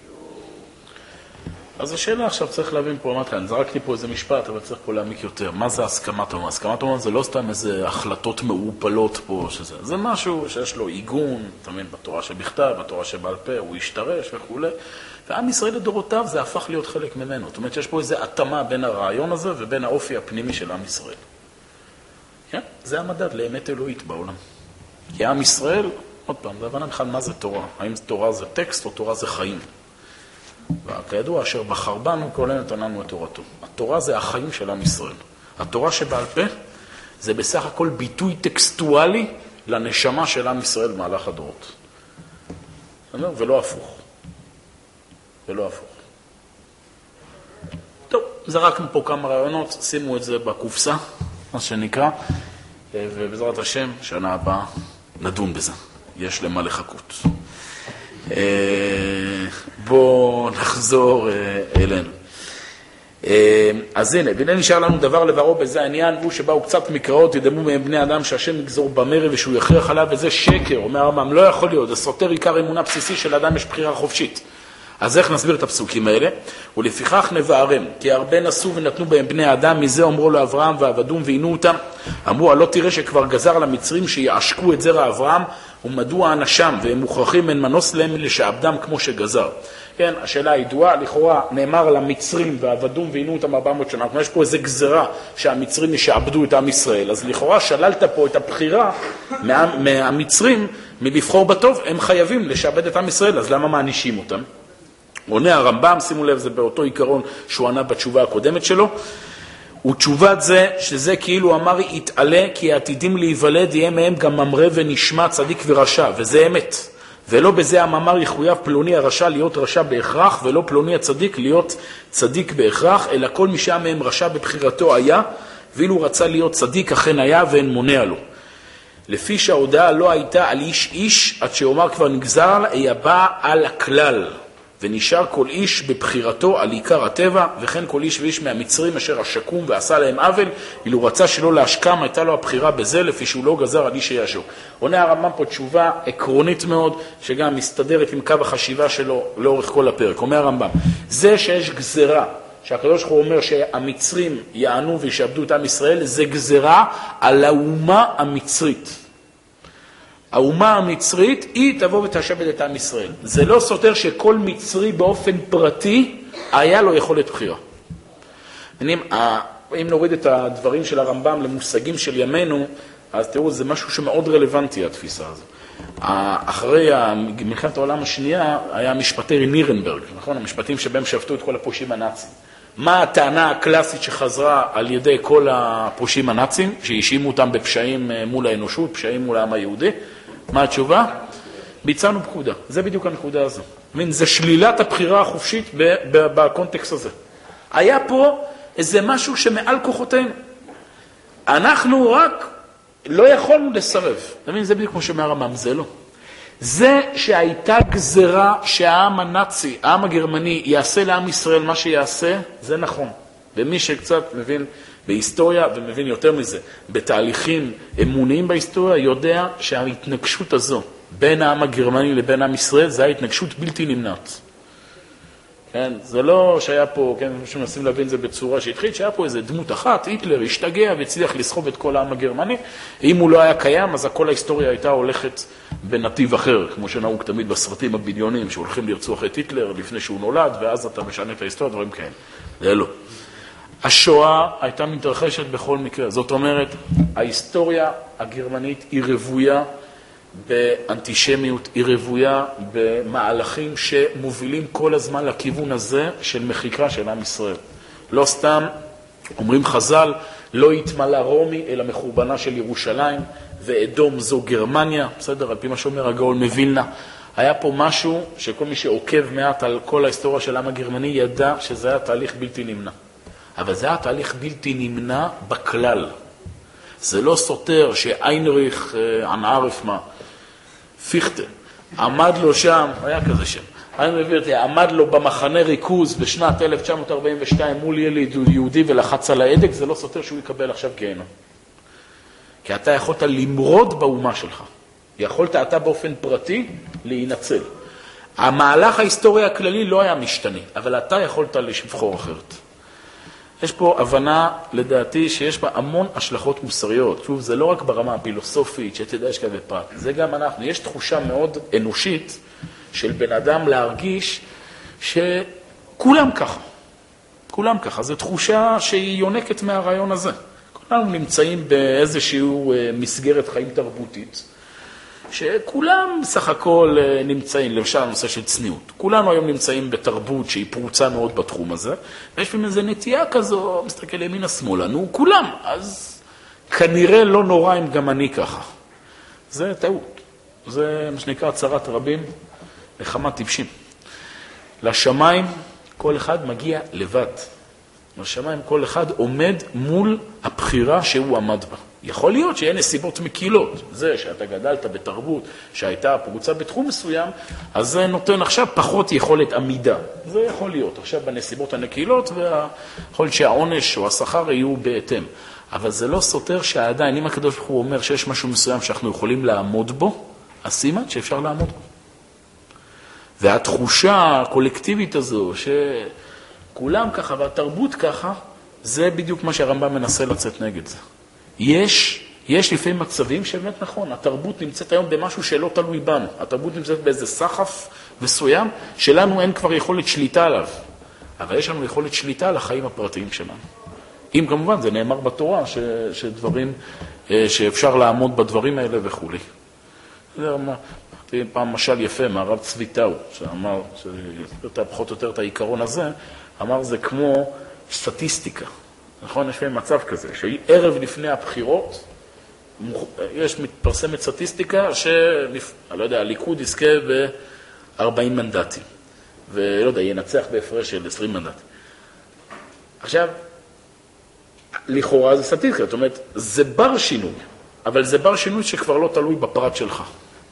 אז השאלה עכשיו צריך להבין פה, אמרת כאן, זרקתי פה איזה משפט, אבל צריך פה להעמיק יותר. מה זה הסכמת אומה? הסכמת אומה זה לא סתם איזה החלטות מעופלות פה, שזה. זה משהו שיש לו עיגון, תמיד בתורה שבכתב, בתורה שבעל פה, הוא ישתרש וכו'. ועם ישראל לדורותיו זה הפך להיות חלק ממנו. זאת אומרת שיש פה איזו התאמה בין הרעיון הזה ובין האופי הפנימי של עם ישראל. כן? זה המדד לאמת אלוהית בעולם. כי עם ישראל, עוד פעם, זה הבנה בכלל מה זה תורה. האם תורה זה טקסט או תורה זה חיים. וכידוע, אשר בחר בנו, כל אלה נתן לנו את תורתו. התורה זה החיים של עם ישראל. התורה שבעל פה זה בסך הכל ביטוי טקסטואלי לנשמה של עם ישראל במהלך הדורות. ולא הפוך. ולא הפוך. טוב, זרקנו פה כמה רעיונות, שימו את זה בקופסה, מה שנקרא, ובעזרת השם, שנה הבאה נדון בזה. יש למה לחכות. בואו נחזור אלינו. אז הנה, והנה נשאר לנו דבר לברו בזה העניין, והוא שבאו קצת מקראות, ידמו מהם בני אדם שהשם יגזור במרב ושהוא יכריח עליו, וזה שקר, אומר הרמב"ם, לא יכול להיות, זה סותר עיקר אמונה בסיסי של אדם יש בחירה חופשית. אז איך נסביר את הפסוקים האלה? ולפיכך נבערם, כי הרבה נסו ונתנו בהם בני אדם, מזה אומרו לאברהם ועבדום ועינו אותם. אמרו, לא תראה שכבר גזר למצרים שיעשקו את זרע אברהם, ומדוע אנשם, והם מוכרחים אין מנוס להם לשעבדם כמו שגזר. כן, השאלה הידועה, לכאורה נאמר למצרים ועבדום ועינו אותם ארבע מאות שנה. כלומר, יש פה איזו גזרה שהמצרים ישעבדו את עם ישראל. אז לכאורה שללת פה את הבחירה מה, מהמצרים מלבחור בטוב, הם חייבים לשעבד את עם ישראל, אז למה מענישים אותם? עונה הרמב"ם, שימו לב, זה באותו עיקרון שהוא ענה בתשובה הקודמת שלו, ותשובת זה, שזה כאילו אמר יתעלה, כי העתידים להיוולד יהיה מהם גם ממרא ונשמע צדיק ורשע, וזה אמת. ולא בזה המאמר יחויב פלוני הרשע להיות רשע בהכרח, ולא פלוני הצדיק להיות צדיק בהכרח, אלא כל מי שהיה מהם רשע בבחירתו היה, ואילו רצה להיות צדיק אכן היה ואין מונע לו. לפי שההודעה לא הייתה על איש איש, עד שאומר כבר נגזר, היה בא על הכלל. ונשאר כל איש בבחירתו על עיקר הטבע, וכן כל איש ואיש מהמצרים אשר השקום ועשה להם עוול, אילו רצה שלא להשכם, הייתה לו הבחירה בזה, לפי שהוא לא גזר על איש שישו. עונה הרמב"ם פה תשובה עקרונית מאוד, שגם מסתדרת עם קו החשיבה שלו לאורך כל הפרק. אומר הרמב"ם, זה שיש גזרה, שהקדוש ברוך הוא אומר שהמצרים יענו וישעבדו את עם ישראל, זה גזרה על האומה המצרית. האומה המצרית היא תבוא ותשעבד את עם ישראל. זה לא סותר שכל מצרי באופן פרטי היה לו יכולת בחירה. אם נוריד את הדברים של הרמב"ם למושגים של ימינו, אז תראו, זה משהו שמאוד רלוונטי, התפיסה הזו. אחרי מלחמת העולם השנייה היה משפטי נירנברג, נכון? המשפטים שבהם שפטו את כל הפושעים הנאצים. מה הטענה הקלאסית שחזרה על ידי כל הפושעים הנאצים, שהאשימו אותם בפשעים מול האנושות, פשעים מול העם היהודי? מה התשובה? ביצענו פקודה. זה בדיוק הנקודה הזו. זה שלילת הבחירה החופשית בקונטקסט הזה. היה פה איזה משהו שמעל כוחותינו. אנחנו רק לא יכולנו לסרב. זה בדיוק כמו שאומר הרמב"ם, זה לא. זה שהייתה גזרה שהעם הנאצי, העם הגרמני, יעשה לעם ישראל מה שיעשה, זה נכון. ומי שקצת מבין בהיסטוריה ומבין יותר מזה, בתהליכים אמוניים בהיסטוריה, יודע שההתנגשות הזו בין העם הגרמני לבין העם ישראל, זה ההתנגשות בלתי נמנעת. כן, זה לא שהיה פה, כן, שמנסים להבין זה בצורה שהתחיל, שהיה פה איזה דמות אחת, היטלר השתגע והצליח לסחוב את כל העם הגרמני. אם הוא לא היה קיים, אז כל ההיסטוריה הייתה הולכת בנתיב אחר, כמו שנהוג תמיד בסרטים הבדיוניים, שהולכים לרצוח את היטלר לפני שהוא נולד, ואז אתה משנה את ההיסטוריה, דברים כאלה. זה לא. השואה הייתה מתרחשת בכל מקרה. זאת אומרת, ההיסטוריה הגרמנית היא רבויה באנטישמיות, היא רבויה במהלכים שמובילים כל הזמן לכיוון הזה של מחיקה של עם ישראל. לא סתם אומרים חז"ל, לא התמלא רומי אלא מחורבנה של ירושלים, ואדום זו גרמניה, בסדר, על פי מה שאומר הגאול מווילנה. היה פה משהו שכל מי שעוקב מעט על כל ההיסטוריה של העם הגרמני ידע שזה היה תהליך בלתי נמנע. אבל זה היה תהליך בלתי נמנע בכלל. זה לא סותר שאיינריך אנערף מה, פיכטה, עמד לו שם, היה כזה שם, אני מביא אותי, עמד לו במחנה ריכוז בשנת אלף תשע מאות ארבעים ושתיים מול ילד יהודי ולחץ על ההדק, זה לא סותר שהוא יקבל עכשיו גיהנום. כי אתה יכולת למרוד באומה שלך. יכולת אתה באופן פרטי להינצל. המהלך ההיסטוריה הכללי לא היה משתנה, אבל אתה יכולת לבחור אחרת. יש פה הבנה, לדעתי, שיש בה המון השלכות מוסריות. שוב, זה לא רק ברמה הפילוסופית, שתדע יש כזה פרט. זה גם אנחנו. יש תחושה מאוד אנושית של בן אדם להרגיש שכולם ככה. כולם ככה. זו תחושה שהיא יונקת מהרעיון הזה. כולנו נמצאים באיזשהו מסגרת חיים תרבותית, שכולם סך הכל נמצאים, למשל הנושא של צניעות. כולנו היום נמצאים בתרבות שהיא פרוצה מאוד בתחום הזה, ויש פעמים איזו נטייה כזו, מסתכל ימין השמאלה, נו, כולם, אז כנראה לא נורא אם גם אני ככה. זה טעות. זה מה שנקרא צרת רבים לכמה טיפשים. לשמיים כל אחד מגיע לבד. לשמיים כל אחד עומד מול הבחירה שהוא עמד בה. יכול להיות שיהיה נסיבות מקילות. זה שאתה גדלת בתרבות שהייתה פרוצה בתחום מסוים, אז זה נותן עכשיו פחות יכולת עמידה. זה יכול להיות. עכשיו בנסיבות הנקילות, ויכול להיות שהעונש או השכר יהיו בהתאם. אבל זה לא סותר שעדיין, אם הקדוש ברוך הוא אומר שיש משהו מסוים שאנחנו יכולים לעמוד בו, אז סימן שאפשר לעמוד בו. והתחושה הקולקטיבית הזו, שכולם ככה והתרבות ככה, זה בדיוק מה שהרמב"ם מנסה לצאת נגד זה. יש, יש לפעמים מצבים שבאמת נכון, התרבות נמצאת היום במשהו שלא תלוי בנו. התרבות נמצאת באיזה סחף מסוים, שלנו אין כבר יכולת שליטה עליו. אבל יש לנו יכולת שליטה על החיים הפרטיים שלנו. אם כמובן זה נאמר בתורה, ש, שדברים, שאפשר לעמוד בדברים האלה וכו'. זה אמר, פעם משל יפה מהרב צבי טאו, שאמר, שאתה פחות או יותר את העיקרון הזה, אמר זה כמו סטטיסטיקה. נכון? יש פעמים מצב כזה, שערב לפני הבחירות, יש מתפרסמת סטטיסטיקה ש... אני לא יודע, הליכוד יזכה ב-ארבעים מנדטים, ולא יודע, ינצח בהפרש של עשרים מנדטים. עכשיו, לכאורה זה סטטיסטיקה, זאת אומרת, זה בר שינוי, אבל זה בר שינוי שכבר לא תלוי בפרט שלך.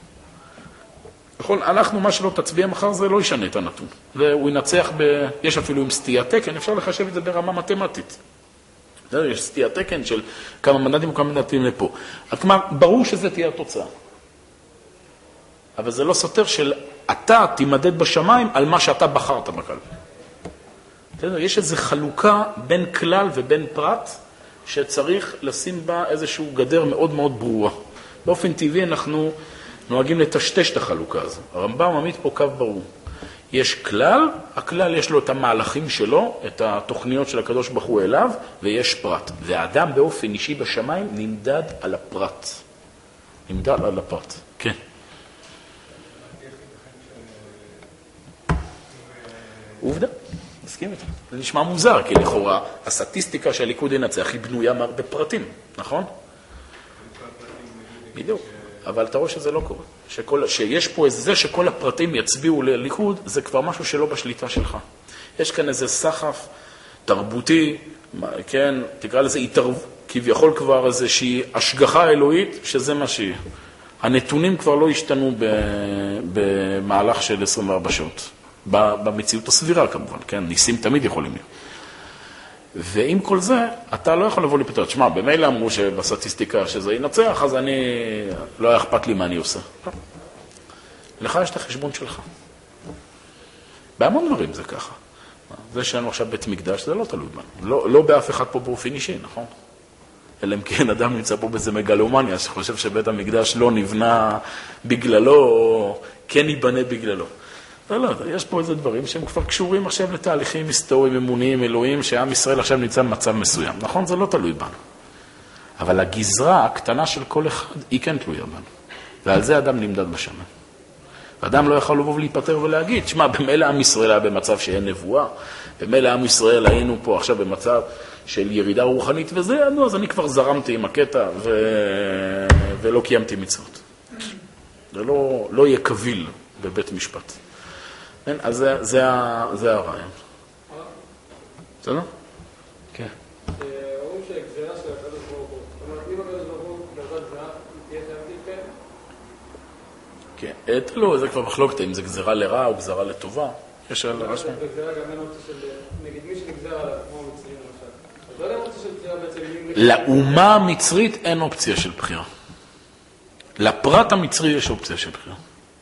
נכון? אנחנו, מה שלא תצביע מחר, זה לא ישנה את הנתון. והוא ינצח ב... יש אפילו עם סטיית תקן, אפשר לחשב את זה ברמה מתמטית. יש סטיית תקן של כמה מנדטים וכמה מנדטים לפה. כלומר, ברור שזה תהיה התוצאה. אבל זה לא סותר של אתה תימדד בשמיים על מה שאתה בחרת בקלפי. יש איזו חלוקה בין כלל ובין פרט, שצריך לשים בה איזשהו גדר מאוד מאוד ברורה. באופן טבעי אנחנו נוהגים לטשטש את החלוקה הזו. הרמב"ם מעמיד פה קו ברור. יש כלל, הכלל יש לו את המהלכים שלו, את התוכניות של הקדוש ברוך הוא אליו, ויש פרט. והאדם באופן אישי בשמיים נמדד על הפרט. נמדד על הפרט, כן. עובדה, מסכים איתה. זה נשמע מוזר, כי לכאורה הסטטיסטיקה של הליכוד ינצח היא בנויה בפרטים, נכון? בדיוק. אבל אתה רואה שזה לא קורה. שכל, שיש פה איזה זה שכל הפרטים יצביעו לליכוד, זה כבר משהו שלא בשליטה שלך. יש כאן איזה סחף תרבותי, כן, תקרא לזה התערב, כביכול כבר איזושהי השגחה אלוהית, שזה מה שהיא. הנתונים כבר לא השתנו במהלך של עשרים וארבע שעות. במציאות הסבירה כמובן, כן, ניסים תמיד יכולים להיות. ועם כל זה, אתה לא יכול לבוא לפתור. תשמע, במילא אמרו שבסטטיסטיקה שזה ינצח, אז אני, לא היה אכפת לי מה אני עושה. לך יש את החשבון שלך. בהמון דברים זה ככה. זה שאנו עכשיו בית מקדש, זה לא תלוי בנו. לא, לא באף אחד פה באופן אישי, נכון? אלא אם כן אדם נמצא פה באיזה מגלומניה, שחושב שבית המקדש לא נבנה בגללו, או כן ייבנה בגללו. לא, לא, יש פה איזה דברים שהם כבר קשורים עכשיו לתהליכים היסטוריים, אמוניים, אלוהים, שעם ישראל עכשיו נמצא במצב מסוים. נכון? זה לא תלוי בנו. אבל הגזרה הקטנה של כל אחד היא כן תלויה בנו. ועל זה אדם נמדד בשמיים. ואדם לא יכול לבוא ולהיפטר ולהגיד, שמע, במילא עם ישראל היה במצב שאין נבואה, במילא עם ישראל היינו פה עכשיו במצב של ירידה רוחנית וזה, אז אני כבר זרמתי עם הקטע ו... ולא קיימתי מצוות. זה לא, לא יהיה קביל בבית משפט. אז זה, זה, זה הרעיון. בסדר? כן. אומרים שהגזירה של הקדוש ברוך הוא, זאת אומרת, אם הקדוש ברוך הוא גזר גזירה, תהיה חייבת להתקיים? כן, תלוי, זה כבר מחלוקת, אם זה גזירה לרע או גזירה לטובה. יש על הרשם. בגזירה גם אין אופציה של, נגיד מי שנגזר עליו, כמו המצרים למשל. אז לא יודע אופציה של בחירה בעצם... לאומה המצרית אין אופציה של בחירה. לפרט המצרי יש אופציה של בחירה.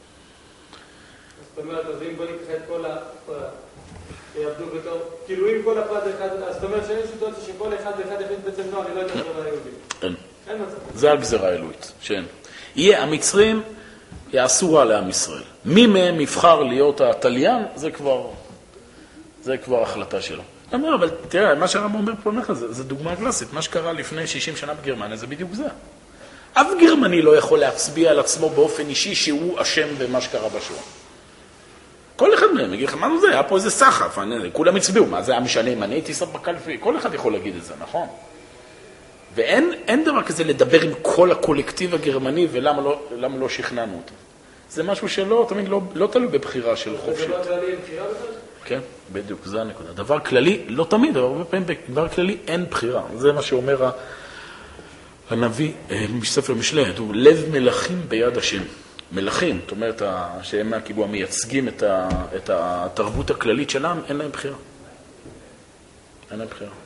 זאת אומרת, אז אם בוא ניקח את כל הפרט, שיעבדו בתור, כאילו אם כל הפרט אחד, אז זאת אומרת שאין סיטואציה שכל אחד ואחד יחליט בעצם לא, אני לא יודע גזירה היהודית. אין. אין מצב. זה הגזירה האלוהית, שאין. יהיה, המצרים יעשו רע לעם ישראל. מי מהם יבחר להיות התליין, זה כבר, זה כבר החלטה שלו. אומר, אבל תראה, מה שהרמב"ם אומר פה לך, זה, זה דוגמה קלאסית. מה שקרה לפני שישים שנה בגרמניה, זה בדיוק זה. אף גרמני לא יכול להצביע על עצמו באופן אישי שהוא אשם במה שקרה בשואה. כל אחד מהם יגיד לך, מה זה? היה פה איזה סחף, כולם הצביעו, מה זה היה משנה אם אני הייתי שם בקלפי? כל אחד יכול להגיד את זה, נכון? ואין אין דבר כזה לדבר עם כל הקולקטיב הגרמני ולמה לא, למה לא שכנענו אותו. זה משהו שלא, תמיד לא, לא תלוי בבחירה של חופשית. זה דבר כללי עם בחירה בכלל? כן, בדיוק, זה הנקודה. דבר כללי, לא תמיד, אבל הרבה פעמים בדבר כללי אין בחירה. זה מה שאומר הנביא מספר משלי, הוא לב מלכים ביד השם. מלכים, זאת אומרת, שהם כאילו המייצגים את, ה, את התרבות הכללית שלהם, אין להם בחירה. אין להם בחירה.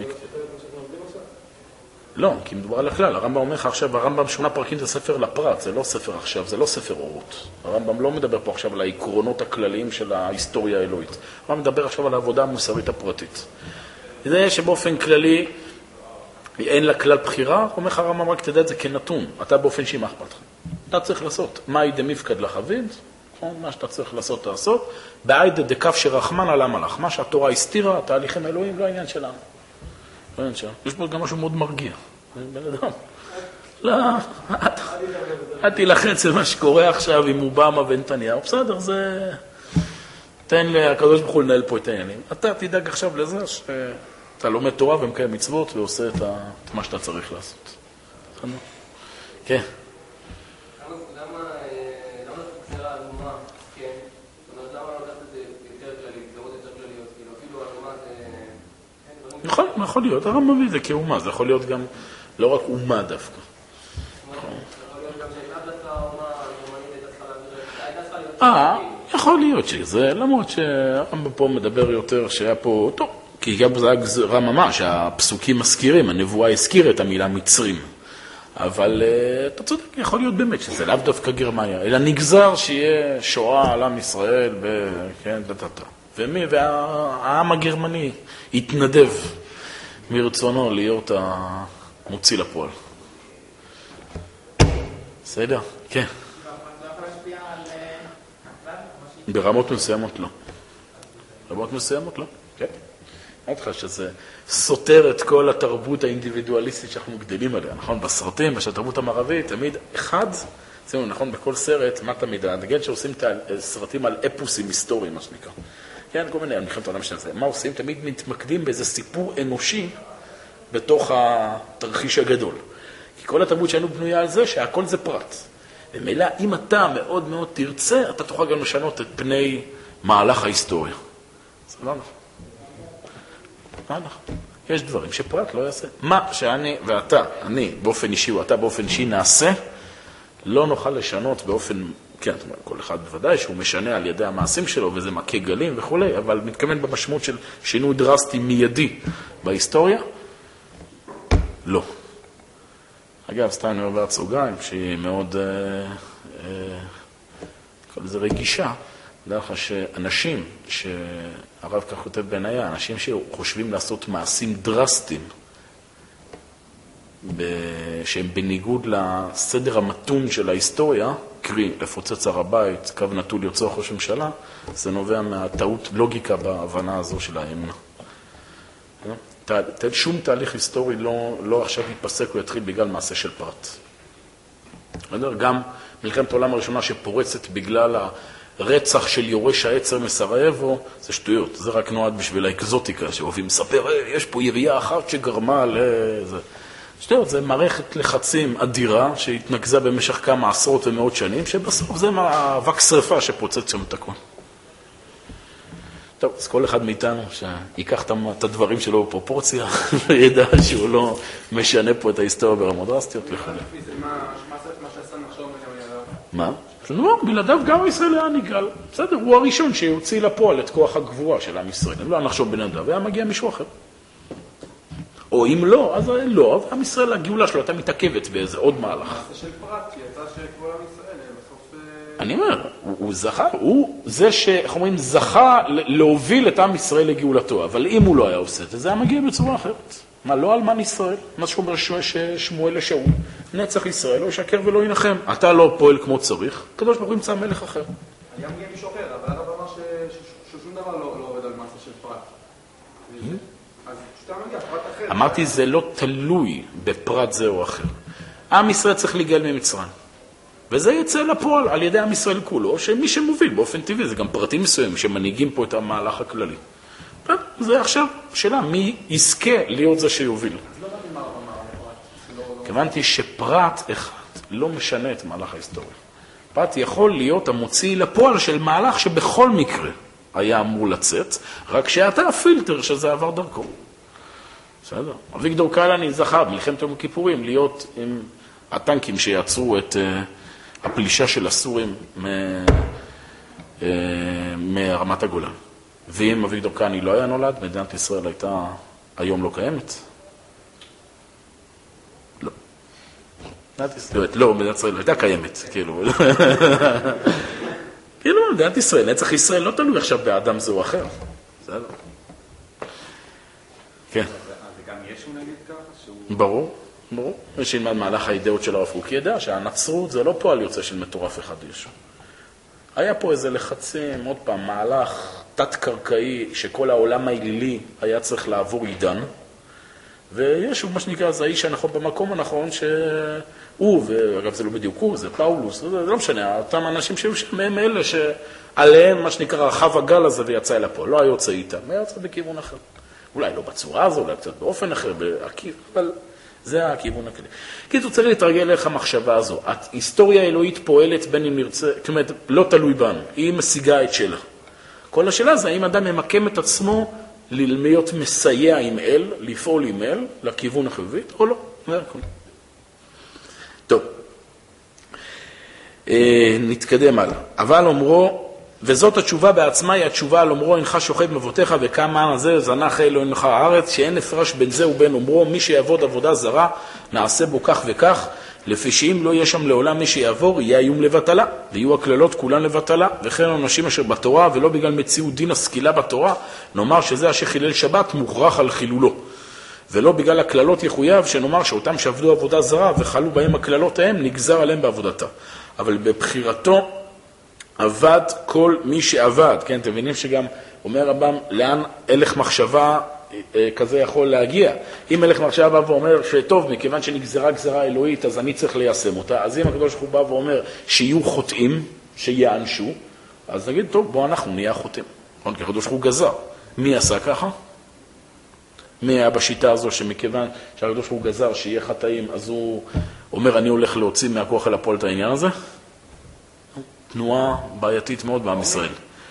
לא, כי מדובר על הכלל. הרמב"ם אומר לך עכשיו, הרמב"ם שמונה פרקים זה ספר לפרט, זה לא ספר עכשיו, זה לא ספר אורות. הרמב"ם לא מדבר פה עכשיו על העקרונות הכלליים של ההיסטוריה האלוהית. הרמב"ם מדבר עכשיו על העבודה המוסרית הפרטית. זה שבאופן כללי אין לה כלל בחירה, אומר לך הרמב"ם רק תדע את זה כנתון. אתה באופן שהיא מה אכפת לך. אתה צריך לעשות. מהי דמפקד לחביד? מה שאתה צריך לעשות, לעשות. בעיד דקף שרחמן על המלאך. מה שהתורה הסתירה, התהליכים האלוהים, לא העניין שלנו. לא העניין שלנו. יש פה גם משהו מאוד מרגיע. בן אדם. לא, אל תלחץ למה שקורה עכשיו עם אובמה ונתניהו. בסדר, זה... תן לקדוש ברוך הוא לנהל פה את העניינים. אתה תדאג עכשיו לזה שאתה לומד תורה ומקיים מצוות ועושה את מה שאתה צריך לעשות. כן. יכול, יכול להיות, הרמב"ם מביא את זה כאומה, זה יכול להיות גם לא רק אומה דווקא. אה, יכול להיות שזה, למרות שהרמב"ם פה מדבר יותר שהיה פה, טוב, כי גם זה היה גזירה ממש, הפסוקים מזכירים, הנבואה הזכירה את המילה מצרים. אבל אתה צודק, יכול להיות באמת שזה לאו דווקא גרמניה, אלא נגזר שיהיה שואה על עם ישראל, כן, דתתה. ומי, והעם הגרמני התנדב מרצונו להיות המוציא לפועל. בסדר? כן. ברמות מסוימות לא. ברמות מסוימות לא, כן. אמרתי לך שזה סותר את כל התרבות האינדיבידואליסטית שאנחנו גדלים עליה, נכון? בסרטים, בשתרבות המערבית, תמיד אחד, שימו, נכון, בכל סרט, מה תמיד? הדגל שעושים את הסרטים על אפוסים היסטוריים, מה שנקרא. כן, כל מיני, אני חושב את העולם של זה. מה עושים? תמיד מתמקדים באיזה סיפור אנושי בתוך התרחיש הגדול. כי כל התרבות שלנו בנויה על זה שהכל זה פרט. ומילא, אם אתה מאוד מאוד תרצה, אתה תוכל גם לשנות את פני מהלך ההיסטוריה. זה לא נכון. לא נכון. יש דברים שפרט לא יעשה. מה שאני ואתה, אני באופן אישי או אתה באופן אישי נעשה, לא נוכל לשנות באופן, כן, כל אחד בוודאי שהוא משנה על ידי המעשים שלו וזה מכה גלים וכו', אבל מתכוון במשמעות של שינוי דרסטי מיידי בהיסטוריה, לא. אגב, סתם אני עובר סוגריים שהיא מאוד, אה, אה, כל זה רגישה, דרך שאנשים, שהרב כך כותב בעינייה, אנשים שחושבים לעשות מעשים דרסטיים, שהם בניגוד לסדר המתון של ההיסטוריה, קרי, לפוצץ הר הבית, קו נטול לרצוח ראש ממשלה, זה נובע מהטעות לוגיקה בהבנה הזו של האמונה. שום תהליך היסטורי לא, לא עכשיו יתפסק או יתחיל בגלל מעשה של פרט. גם מלחמת העולם הראשונה שפורצת בגלל רצח של יורש העצר מסרייבו, זה שטויות, זה רק נועד בשביל האקזוטיקה, שאוהבים לספר, יש פה ירייה אחת שגרמה לזה. שטויות, זה מערכת לחצים אדירה, שהתנגזה במשך כמה עשרות ומאות שנים, שבסוף זה אבק שרפה שפוצץ שם את הכל. טוב, אז כל אחד מאיתנו שיקח את הדברים שלו בפרופורציה, וידע שהוא לא משנה פה את ההיסטוריה ברמות דרסטיות וכו'. מה שעשה נחשוב מה? לא, בלעדיו גם ישראל היה נגאל. בסדר, הוא הראשון שיוציא לפועל את כוח הגבורה של עם ישראל. אם לא נחשוב בלעדיו, היה מגיע מישהו אחר. או אם לא, אז לא, עם ישראל, הגאולה שלו הייתה מתעכבת באיזה עוד מהלך. מעשה של פרט, כי יצא שכל עם ישראל בסוף... אני אומר, הוא, הוא זכה, הוא זה שאנחנו אומרים, זכה להוביל את עם ישראל לגאולתו, אבל אם הוא לא היה עושה את זה, זה היה מגיע בצורה אחרת. מה, לא אלמן ישראל, מה שאומר שמואל לשאול, נצח ישראל, לא ישקר ולא ינחם. אתה לא פועל כמו צריך, קדוש ברוך הוא ימצא מלך אחר. היה מגיע מישהו אחר, אבל הרב אמר ששום דבר לא עובד על מעשה של פרט. אז שאתה מגיע, פרט אחר. אמרתי, זה לא תלוי בפרט זה או אחר. עם ישראל צריך להיגאל ממצרים. וזה יצא לפועל על ידי עם ישראל כולו, שמי שמוביל באופן טבעי, זה גם פרטים מסוימים שמנהיגים פה את המהלך הכללי. זה עכשיו שאלה, מי יזכה להיות זה שיוביל? כיוונתי שפרט אחד לא משנה את מהלך ההיסטוריה. פרט יכול להיות המוציא לפועל של מהלך שבכל מקרה היה אמור לצאת, רק שאתה הפילטר שזה עבר דרכו. בסדר? אביגדור קהלני זכה במלחמת יום הכיפורים להיות עם הטנקים שיעצרו את uh, הפלישה של הסורים מ... uh, מרמת הגולן. ואם אביגדור קהלני לא היה נולד, מדינת ישראל הייתה היום לא קיימת? לא. מדינת ישראל, לא, מדינת ישראל הייתה קיימת, כאילו. כאילו, מדינת ישראל, נצח ישראל לא תלוי עכשיו באדם זה או אחר. בסדר. כן. וגם ישו נגיד ככה? ברור, ברור. ושילמד מהלך האידאות של הרב קוק ידע שהנצרות זה לא פועל יוצא של מטורף אחד ישו. היה פה איזה לחצים, עוד פעם, מהלך תת-קרקעי שכל העולם האלילי היה צריך לעבור עידן, וישו, מה שנקרא, זה האיש הנכון במקום הנכון, שהוא, ואגב זה לא בדיוק הוא, זה פאולוס, זה לא משנה, אותם אנשים שהיו שם, הם אלה שעליהם, מה שנקרא, רחב הגל הזה ויצא אל הפועל, לא היה יוצא איתם, היה יוצא בכיוון אחר. אולי לא בצורה הזו, אולי קצת באופן אחר, בעקיף, אבל זה הכיוון הכלי. כי אתה צריך להתרגל לך המחשבה הזו. ההיסטוריה האלוהית פועלת בין אם נרצה, זאת אומרת, לא תלוי בנו, היא משיגה את שלה. כל השאלה זה, האם אדם ממקם את עצמו להיות מסייע עם אל, לפעול עם אל, לכיוון החיובית, או לא. זה הכל. טוב. אה, נתקדם הלאה. אבל אומרו, וזאת התשובה בעצמה, היא התשובה על אומרו, אינך שוכב מבותיך וכמה הזה זנח אלוהינך הארץ, שאין הפרש בין זה ובין אומרו, מי שיעבוד עבודה זרה, נעשה בו כך וכך, לפי שאם לא יהיה שם לעולם מי שיעבור, יהיה איום לבטלה, ויהיו הכללות כולן לבטלה, וכן אנשים אשר בתורה, ולא בגלל מציאות דין הסקילה בתורה, נאמר שזה אשר חילל שבת מוכרח על חילולו. ולא בגלל הכללות יחויב, שנאמר שאותם שעבדו עבודה זרה, וחלו בהם הכללות ההם, נגזר עליהם בעבודתה. אבל בבחירתו, עבד כל מי שעבד, כן, אתם מבינים שגם אומר רבם, לאן הלך מחשבה אה, כזה יכול להגיע. אם הלך מחשבה בא ואומר שטוב, מכיוון שנגזרה גזרה אלוהית, אז אני צריך ליישם אותה, אז אם הקדוש ברוך הוא בא ואומר שיהיו חוטאים, שיענשו, אז נגיד, טוב, בוא אנחנו נהיה חוטאים. נכון, כי הקדוש ברוך הוא גזר. מי עשה ככה? מי היה בשיטה הזו שמכיוון שהקדוש ברוך הוא גזר שיהיה חטאים, אז הוא אומר, אני הולך להוציא מהכוח אל הפועל את העניין הזה? תנועה בעייתית מאוד בעם ישראל.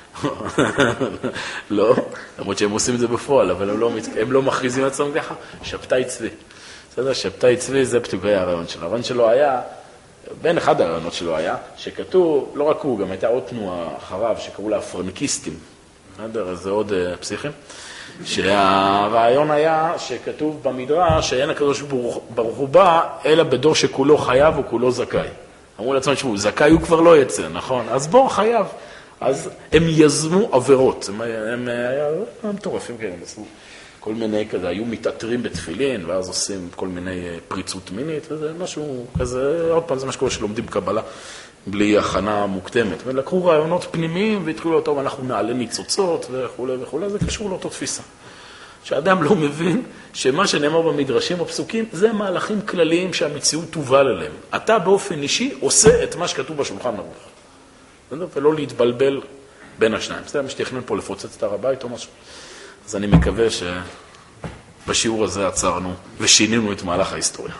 לא, למרות שהם עושים את זה בפועל, אבל הם לא, הם לא מכריזים עצמם ככה, שבתאי צבי. בסדר, שבתאי צבי זה פתוגי הרעיון שלו. הרעיון שלו היה, בין אחד הרעיונות שלו היה, שכתוב, לא רק הוא, גם הייתה עוד תנועה אחריו, שקראו לה הפרנקיסטים. בסדר, זה עוד uh, פסיכים. שהרעיון היה שכתוב במדרש שאין הקדוש ברוך הוא בא, אלא בדור שכולו חייב וכולו זכאי. אמרו לעצמם, שבו, זכאי הוא כבר לא יצא, נכון? אז בוא, חייב. אז הם יזמו עבירות. הם, הם, הם מטורפים כאלה, הם עשו כל מיני כזה, היו מתעטרים בתפילין, ואז עושים כל מיני פריצות מינית, וזה משהו כזה, עוד פעם, זה מה שקורה שלומדים קבלה, בלי הכנה מוקדמת. ולקחו רעיונות פנימיים, והתחילו אותו, אנחנו נעלה ניצוצות, וכו' וכו', זה קשור לאותו תפיסה. שאדם לא מבין שמה שנאמר במדרשים או פסוקים, זה מהלכים כלליים שהמציאות תובל אליהם. אתה באופן אישי עושה את מה שכתוב בשולחן ערוך. ולא להתבלבל בין השניים. זה משתכנן פה לפוצץ את הר הבית או משהו. אז אני מקווה שבשיעור הזה עצרנו ושינינו את מהלך ההיסטוריה.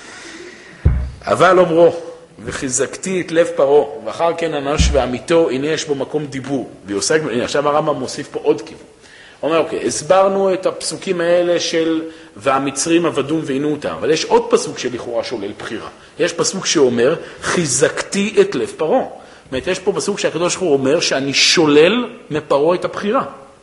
אבל אומרו, וחיזקתי את לב פרעה, ואחר כן אנש ועמיתו, הנה יש בו מקום דיבור. ויושג, הנה, עכשיו הרמב"ם מוסיף פה עוד כיוון. הוא אומר, אוקיי, הסברנו את הפסוקים האלה של והמצרים עבדום ועינו אותם, אבל יש עוד פסוק שלכאורה שולל בחירה. יש פסוק שאומר, חיזקתי את לב פרעה. זאת אומרת, יש פה פסוק שהקדוש ברוך הוא אומר שאני שולל מפרעה את הבחירה.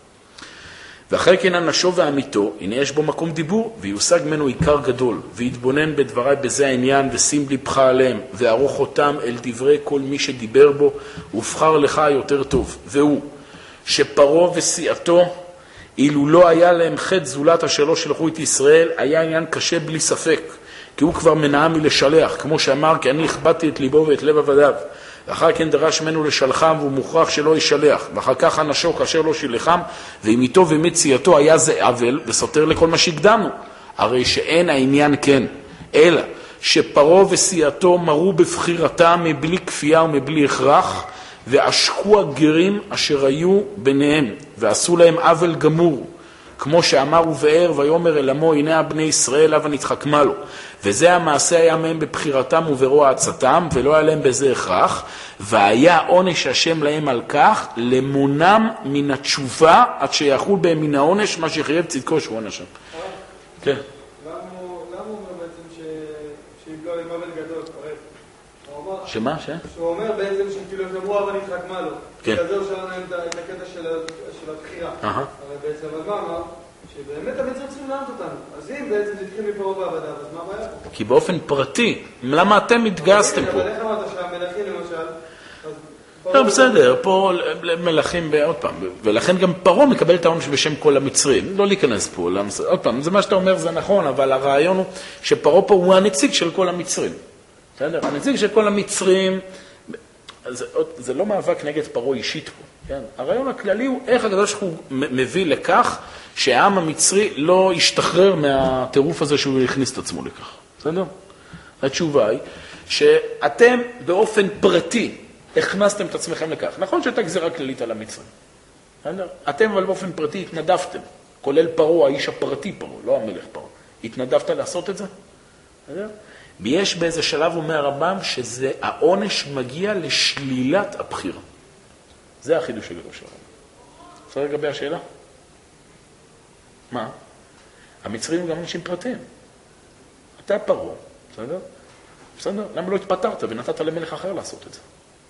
ואחרי כן אנשו ועמיתו, הנה יש בו מקום דיבור, ויושג ממנו עיקר גדול, ויתבונן בדבריי בזה העניין, ושים ליבך עליהם, וערוך אותם אל דברי כל מי שדיבר בו, ובחר לך יותר טוב. והוא, שפרעה וסיעתו, אילו לא היה להם חטא זולת אשר לא שלחו את ישראל, היה עניין קשה בלי ספק, כי הוא כבר מנעה מלשלח, כמו שאמר, כי אני הכבדתי את ליבו ואת לב עבדיו. ואחר כן דרש ממנו לשלחם, והוא מוכרח שלא ישלח. ואחר כך אנשו כאשר לא שילחם, ועם איתו ומציאתו היה זה עוול, וסותר לכל מה שהקדמנו. הרי שאין העניין כן, אלא שפרעה וסיעתו מרו בבחירתם מבלי כפייה ומבלי הכרח, ועשקו הגרים אשר היו ביניהם, ועשו להם עוול גמור. כמו שאמר ובאר ויאמר אל עמו, הנה בני ישראל הבה נתחכמה לו. וזה המעשה היה מהם בבחירתם וברוע עצתם, ולא היה להם בזה הכרח, והיה עונש השם להם על כך, למונם מן התשובה, עד שיחול בהם מן העונש, מה שחייב צדקו שהוא עונשם. כן. למה הוא אומר בעצם שיבלו עם עוול גדול? שמה? ש? שהוא אומר בעצם שכאילו שאמרו אבל נתחכמה לו. כן. כזה הוא שאלה להם את הקטע של הבחירה. אבל בעצם מה אמר? שבאמת המצרים צריכים לענות אותנו. אז אם בעצם זה התחיל מפרעה ועבדיו, אז מה הבעיה פה? כי באופן פרטי, למה אתם התגייסתם פה? אבל איך אמרת שהמלכים למשל? לא, בסדר, פה מלכים עוד פעם, ולכן גם פרעה מקבל את העונש בשם כל המצרים. לא להיכנס פה, עוד פעם, זה מה שאתה אומר זה נכון, אבל הרעיון הוא שפרעה פה הוא הנציג של כל המצרים. בסדר? הנציג של כל המצרים, זה, זה לא מאבק נגד פרעה אישית פה. כן? הרעיון הכללי הוא איך הקדוש ברוך הוא מביא לכך שהעם המצרי לא ישתחרר מהטירוף הזה שהוא הכניס את עצמו לכך. בסדר? התשובה היא שאתם באופן פרטי הכנסתם את עצמכם לכך. נכון שהייתה גזירה כללית על המצרים. בסדר? אתם אבל באופן פרטי התנדבתם, כולל פרעה, האיש הפרטי פרעה, לא המלך פרעה. התנדבת לעשות את זה? בסדר? ויש באיזה שלב אומר הרמב"ם שזה העונש מגיע לשלילת הבחירה. זה החידוש הגדול של הרמב"ם. אפשר לגבי השאלה? מה? המצרים גם אנשים פרטיים. אתה פרעה, בסדר? בסדר? למה לא התפטרת ונתת למלך אחר לעשות את זה?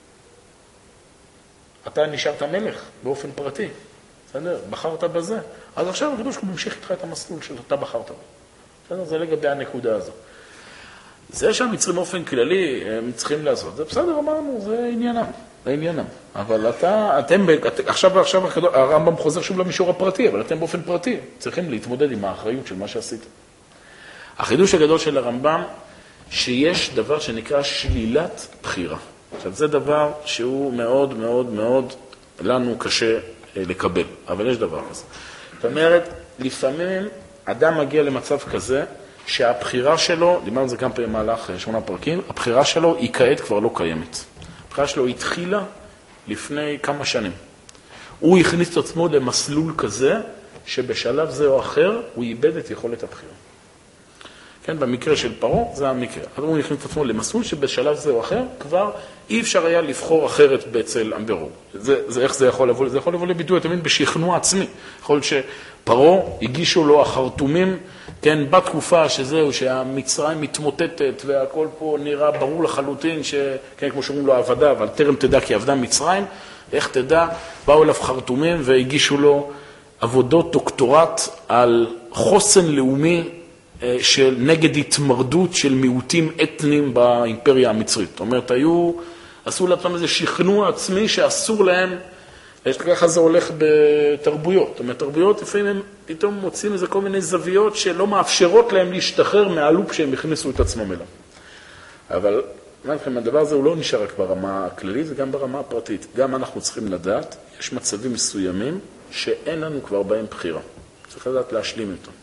אתה נשארת מלך באופן פרטי, בסדר? בחרת בזה. אז עכשיו הקדוש ברוך הוא ממשיך איתך את המסלול שאתה בחרת בו. בסדר? זה לגבי הנקודה הזו. זה שהמצרים באופן כללי הם צריכים לעשות, זה בסדר, אמרנו, זה עניינם, זה עניינם. אבל אתה, אתם, עכשיו ועכשיו הרמב"ם חוזר שוב למישור הפרטי, אבל אתם באופן פרטי צריכים להתמודד עם האחריות של מה שעשיתם. החידוש הגדול של הרמב"ם, שיש דבר שנקרא שלילת בחירה. עכשיו, זה דבר שהוא מאוד מאוד מאוד לנו קשה לקבל, אבל יש דבר כזה. זאת אומרת, לפעמים אדם מגיע למצב כזה, שהבחירה שלו, דיברנו על זה כמה פעמים במהלך שמונה פרקים, הבחירה שלו היא כעת כבר לא קיימת. הבחירה שלו התחילה לפני כמה שנים. הוא הכניס את עצמו למסלול כזה, שבשלב זה או אחר, הוא איבד את יכולת הבחירה. כן, במקרה של פרעה, זה המקרה. אז הוא הכניס את עצמו למסלול שבשלב זה או אחר, כבר אי אפשר היה לבחור אחרת בצל אמברור. זה, זה, איך זה יכול לבוא? זה יכול לבוא לביטוי, תמיד בשכנוע עצמי. יכול להיות שפרעה הגישו לו החרטומים, כן, בתקופה שזהו, שהמצרים מתמוטטת, והכל פה נראה ברור לחלוטין, שכן, כמו שאומרים לו עבדה, אבל טרם תדע כי עבדה מצרים, איך תדע, באו אליו חרטומים והגישו לו עבודות דוקטורט על חוסן לאומי, של נגד התמרדות של מיעוטים אתניים באימפריה המצרית. זאת אומרת, היו, עשו לעצמם איזה שכנוע עצמי שאסור להם, ככה זה הולך בתרבויות. זאת אומרת, תרבויות לפעמים הם פתאום מוצאים איזה כל מיני זוויות שלא מאפשרות להם להשתחרר מהלופ שהם הכניסו את עצמם אליו. אבל, מה לכם, הדבר הזה הוא לא נשאר רק ברמה הכללית, זה גם ברמה הפרטית. גם אנחנו צריכים לדעת, יש מצבים מסוימים שאין לנו כבר בהם בחירה. צריך לדעת להשלים איתו.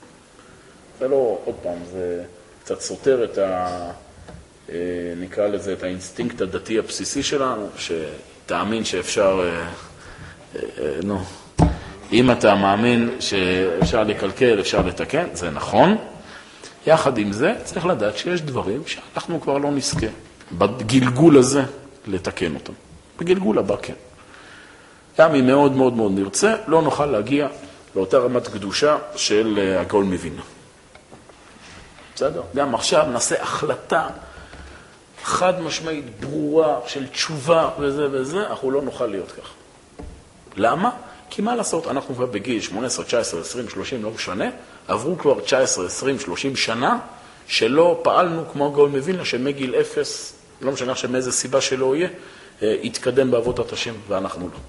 זה לא, עוד פעם, זה קצת סותר את ה... נקרא לזה, את האינסטינקט הדתי הבסיסי שלנו, תאמין שאפשר, נו, אם אתה מאמין שאפשר לקלקל, אפשר לתקן, זה נכון. יחד עם זה, צריך לדעת שיש דברים שאנחנו כבר לא נזכה בגלגול הזה לתקן אותם. בגלגול הבא, כן. גם אם מאוד מאוד מאוד נרצה, לא נוכל להגיע לאותה רמת קדושה של הגאון מווילנה. בסדר? גם עכשיו נעשה החלטה חד משמעית, ברורה, של תשובה וזה וזה, אנחנו לא נוכל להיות כך. למה? כי מה לעשות? אנחנו כבר בגיל שמונה עשרה, תשע עשרה, עשרים, שלושים, לא משנה, עברו כבר תשע עשרה, עשרים, שלושים שנה, שלא פעלנו כמו הגאון מווילנה, שמגיל אפס, לא משנה שמאיזה סיבה שלא יהיה, יתקדם בעבודת השם, ואנחנו לא.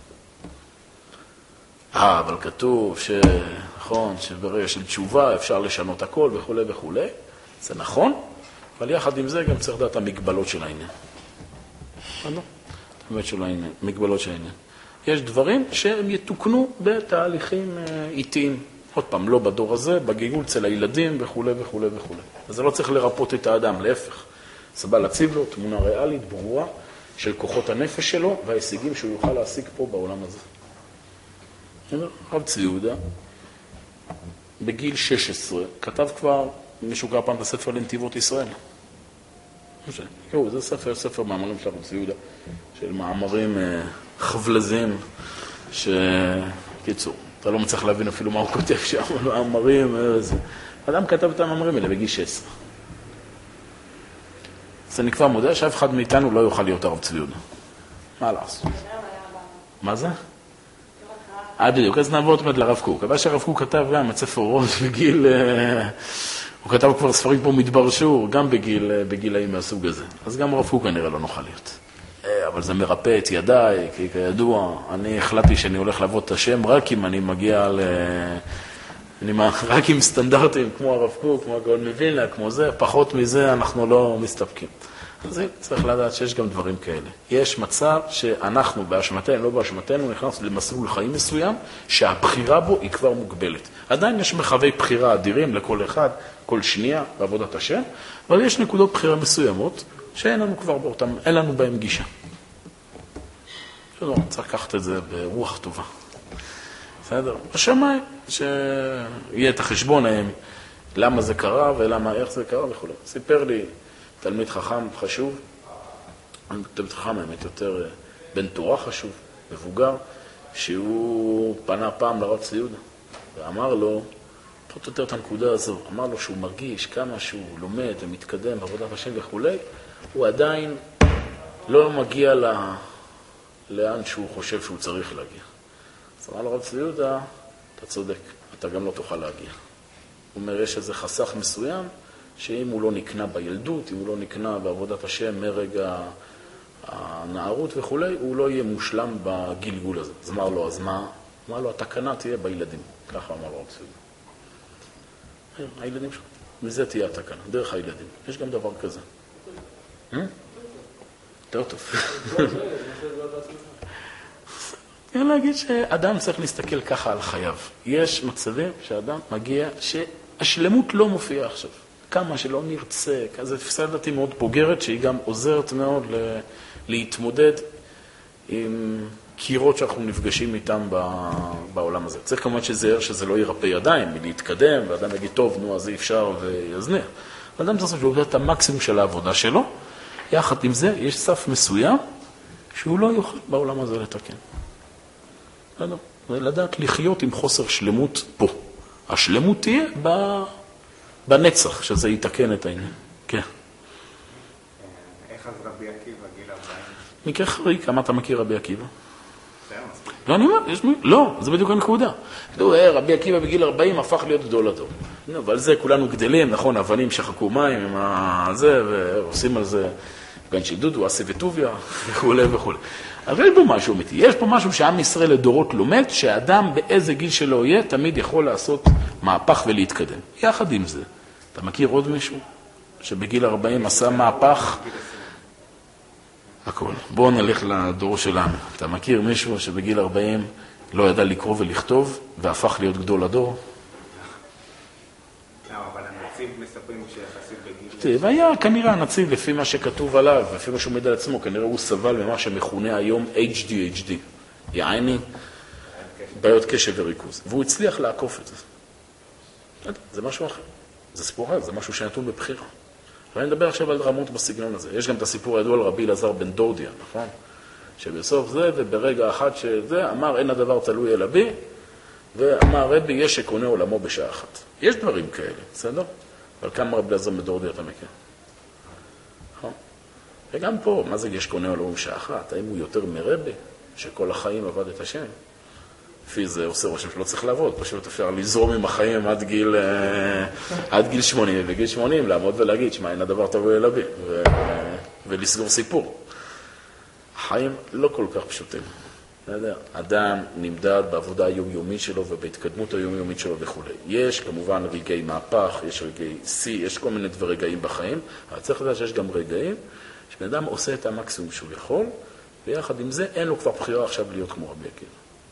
אה, אבל כתוב ש... נכון, שברגע של תשובה אפשר לשנות הכל וכו' וכו'. זה נכון, אבל יחד עם זה גם צריך לדעת המגבלות של העניין. לא? באמת של העניין, מגבלות של העניין. יש דברים שהם יתוקנו בתהליכים איטיים. עוד פעם, לא בדור הזה, בגיגול אצל הילדים וכו' וכו' וכו'. אז זה לא צריך לרפות את האדם, להפך. זה בא להציב לו תמונה ריאלית, ברורה, של כוחות הנפש שלו וההישגים שהוא יוכל להשיג פה בעולם הזה. רב צבי יהודה, בגיל שש עשרה, כתב כבר, מישהו קרא פעם את הספר לנתיבות ישראל. זה ספר, ספר מאמרים של רב צבי יהודה, של מאמרים חבלזים, שקיצור, אתה לא מצליח להבין אפילו מה הוא כותב שם, מאמרים, זה. אדם כתב את המאמרים האלה בגיל שש עשרה. אז אני כבר מודע שאף אחד מאיתנו לא יוכל להיות הרב צבי יהודה. מה לעשות? מה זה? אה, בדיוק, אז נעבור תמיד לרב קוק. אבל שהרב קוק כתב גם את ספר אורות בגיל... הוא כתב כבר ספרים פה מדבר שור, גם בגיל, בגילאים מהסוג הזה. אז גם הרב קוק כנראה לא נוכל להיות. אבל זה מרפא את ידיי, כי כידוע, אני החלטתי שאני הולך לעבוד את השם רק אם אני מגיע ל... אני רק עם סטנדרטים כמו הרב קוק, כמו הגאון מווילנה, כמו זה, פחות מזה אנחנו לא מסתפקים. אז צריך לדעת שיש גם דברים כאלה. יש מצב שאנחנו באשמתנו, לא באשמתנו, נכנס למסלול חיים מסוים, שהבחירה בו היא כבר מוגבלת. עדיין יש מרחבי בחירה אדירים לכל אחד, כל שנייה, בעבודת השם, אבל יש נקודות בחירה מסוימות, שאין לנו כבר באותם, אין לנו בהם גישה. לא, צריך לקחת את זה ברוח טובה. בסדר? השמיים, שיהיה את החשבון ההם, למה זה קרה ולמה, איך זה קרה וכו'. סיפר לי תלמיד חכם חשוב, תלמיד חכם האמת יותר בן תורה חשוב, מבוגר, שהוא פנה פעם לרב צבי יהודה, ואמר לו, פחות או יותר את הנקודה הזו, אמר לו שהוא מרגיש כמה שהוא לומד ומתקדם בעבודת השם וכו', הוא עדיין לא מגיע לה, לאן שהוא חושב שהוא צריך להגיע. אז אמר לו רב צבי יהודה, אתה צודק, אתה גם לא תוכל להגיע. הוא אומר, יש איזה חסך מסוים, שאם הוא לא נקנה בילדות, אם הוא לא נקנה בעבודת השם מרגע הנערות וכו', הוא לא יהיה מושלם בגלגול הזה. אז אמר לו, אז מה? אמר לו, התקנה תהיה בילדים. ככה אמר לו רב צבי יהודה. הילדים שלו. מזה תהיה התקנה, דרך הילדים. יש גם דבר כזה. יותר טוב. אני להגיד שאדם צריך להסתכל ככה על חייו. יש מצבים שאדם מגיע שהשלמות לא מופיעה עכשיו. כמה שלא נרצה, זו תפיסה דעתי מאוד בוגרת, שהיא גם עוזרת מאוד להתמודד עם קירות שאנחנו נפגשים איתם בעולם הזה. צריך כמובן שזה, שזה לא ירפא ידיים, מלהתקדם, ואדם יגיד, טוב, נו, אז אי אפשר ויזניח. אדם צריך שהוא יודע את המקסימום של העבודה שלו, יחד עם זה יש סף מסוים שהוא לא יוכל בעולם הזה לתקן. לא, לא. לדעת לחיות עם חוסר שלמות פה. השלמות תהיה ב... בנצח, שזה יתקן את העניין. כן. איך אז רבי עקיבא, גיל ארבעים? מקרה חריג, כמה אתה מכיר רבי עקיבא? לא, אני אומר, יש מי... לא, זה בדיוק הנקודה. רבי עקיבא בגיל ארבעים הפך להיות גדול הדור. ועל זה כולנו גדלים, נכון, אבנים שחקו מים עם זה, ועושים על זה גן של דודו, עשי וטוביה, וכו' וכו'. אבל יש פה משהו אמיתי. יש פה משהו שעם ישראל לדורות לומד, שהאדם באיזה גיל שלו יהיה, תמיד יכול לעשות מהפך ולהתקדם. יחד עם זה, אתה מכיר עוד מישהו שבגיל ארבעים עשה מהפך? הכל. בואו נלך לדור שלנו. אתה מכיר מישהו שבגיל ארבעים לא ידע לקרוא ולכתוב, והפך להיות גדול הדור? לא, אבל הנציב מספר מספרים שיחסית בגיל... והיה כנראה הנציב, לפי מה שכתוב עליו, לפי מה שהוא עומד על עצמו, כנראה הוא סבל ממה שמכונה היום אייץ' די אייץ' די. יעני, בעיות קשב וריכוז. והוא הצליח לעקוף את זה. זה משהו אחר. זה סיפור אחר, זה משהו שנתון בבחירה. ואני מדבר עכשיו על רמות בסגנון הזה. יש גם את הסיפור הידוע על רבי אלעזר בן דורדיה, נכון? שבסוף זה, וברגע אחד שזה, אמר, אין הדבר תלוי אלא בי, ואמר, רבי, יש שקונה עולמו בשעה אחת. יש דברים כאלה, בסדר? אבל כמה רבי אלעזר בן דורדיה אתה מכיר? נכון? וגם פה, מה זה יש קונה עולמו בשעה אחת? האם הוא יותר מרבי, שכל החיים עבד את השם? לפי זה עושה רושם שלא צריך לעבוד, פשוט אפשר לזרום עם החיים עד גיל, עד גיל שמונים, ובגיל שמונים לעמוד ולהגיד, שמה, אין הדבר תבוא אל אבי, ו... ולסגור סיפור. החיים לא כל כך פשוטים. אדם נמדד בעבודה היומיומית שלו ובהתקדמות היומיומית שלו וכו'. יש כמובן רגעי מהפך, יש רגעי שיא, יש כל מיני רגעים בחיים, אבל צריך לדעת שיש גם רגעים שבן אדם עושה את המקסימום שהוא יכול, ויחד עם זה אין לו כבר בחירה עכשיו להיות כמו רבי עקיבא.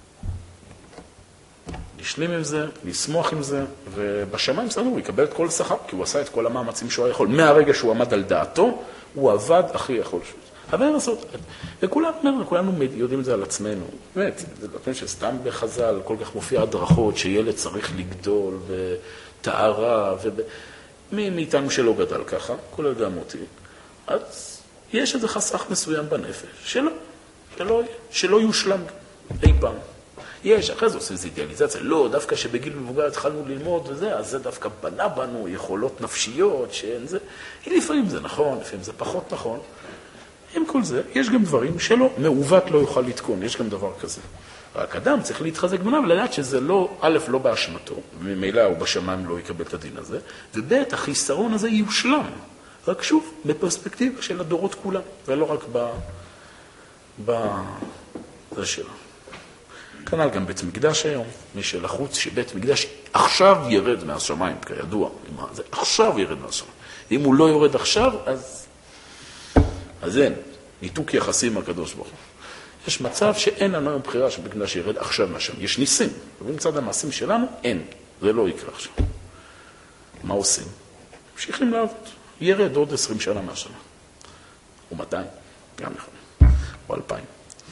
לשלים עם זה, לשמוח עם זה, ובשמיים בסדר, הוא יקבל את כל השכר, כי הוא עשה את כל המאמצים שהוא יכול. מהרגע שהוא עמד על דעתו, הוא עבד הכי יכול שהוא. אבל אין לעשות, וכולנו, כולנו יודעים את זה על עצמנו. באמת, זה נותן שסתם בחז"ל כל כך מופיע הדרכות, שילד צריך לגדול, וטהרה, ומי מאיתנו שלא גדל ככה, כולל גם אותי. אז יש איזה חסך מסוים בנפש, שלא, שלא, שלא יושלם אי פעם. יש, אחרי זה עושים איזו אידיאליזציה, לא, דווקא שבגיל מבוגר התחלנו ללמוד וזה, אז זה דווקא בנה בנו יכולות נפשיות שאין זה. לפעמים זה נכון, לפעמים זה פחות נכון. עם כל זה, יש גם דברים שלא, מעוות לא יוכל לתקון, יש גם דבר כזה. רק אדם צריך להתחזק בנו ולדעת שזה לא, א', לא באשמתו, וממילא הוא בשמיים לא יקבל את הדין הזה, וב', החיסרון הזה יושלם. רק שוב, בפרספקטיבה של הדורות כולם, ולא רק ב... ב... זה שלו. כנ"ל גם בית מקדש היום, מי שלחוץ שבית מקדש עכשיו ירד מהשמיים, כידוע, זה עכשיו ירד מהשמיים. אם הוא לא יורד עכשיו, אז, אז אין, ניתוק יחסים הקדוש ברוך הוא. יש מצב שאין לנו היום בחירה שבית מקדש ירד עכשיו מהשמיים. יש ניסים, אבל מצד המעשים שלנו, אין, זה לא יקרה עכשיו. מה עושים? ממשיכים לעבוד, ירד עוד עשרים שנה מהשמיים. או מאתיים, גם נכון, או אלפיים.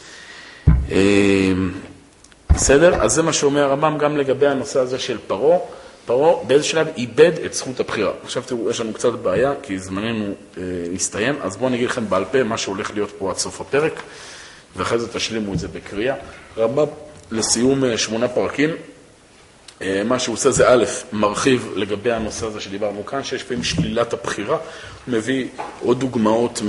בסדר? אז זה מה שאומר הרמב"ם גם לגבי הנושא הזה של פרעה. פרעה באיזה שלב איבד את זכות הבחירה. עכשיו תראו, יש לנו קצת בעיה, כי זמננו אה, הסתיים, אז בואו נגיד לכם בעל פה מה שהולך להיות פה עד סוף הפרק, ואחרי זה תשלימו את זה בקריאה. הרמב"ם לסיום שמונה פרקים, אה, מה שהוא עושה זה א', מרחיב לגבי הנושא הזה שדיברנו כאן, שיש פעמים שלילת הבחירה, הוא מביא עוד דוגמאות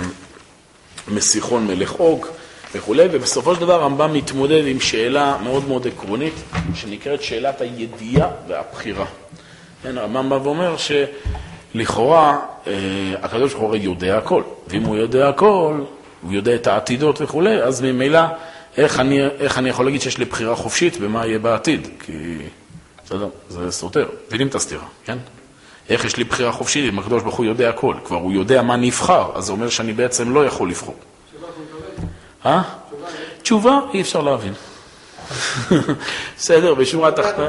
משיחון מלך אוג, וכו'. ובסופו של דבר הרמב"ם מתמודד עם שאלה מאוד מאוד עקרונית, שנקראת שאלת הידיעה והבחירה. הרמב"ם בא ואומר שלכאורה הקדוש ברוך הוא יודע הכל, ואם הוא יודע הכל, הוא יודע את העתידות וכו', אז ממילא איך אני, איך אני יכול להגיד שיש לי בחירה חופשית במה יהיה בעתיד? כי בסדר, זה סותר, מבינים את הסתירה, כן? איך יש לי בחירה חופשית אם הקדוש ברוך הוא יודע הכל? כבר הוא יודע מה נבחר, אז זה אומר שאני בעצם לא יכול לבחור. אה? תשובה אי אפשר להבין. בסדר, בשורה תחתונה.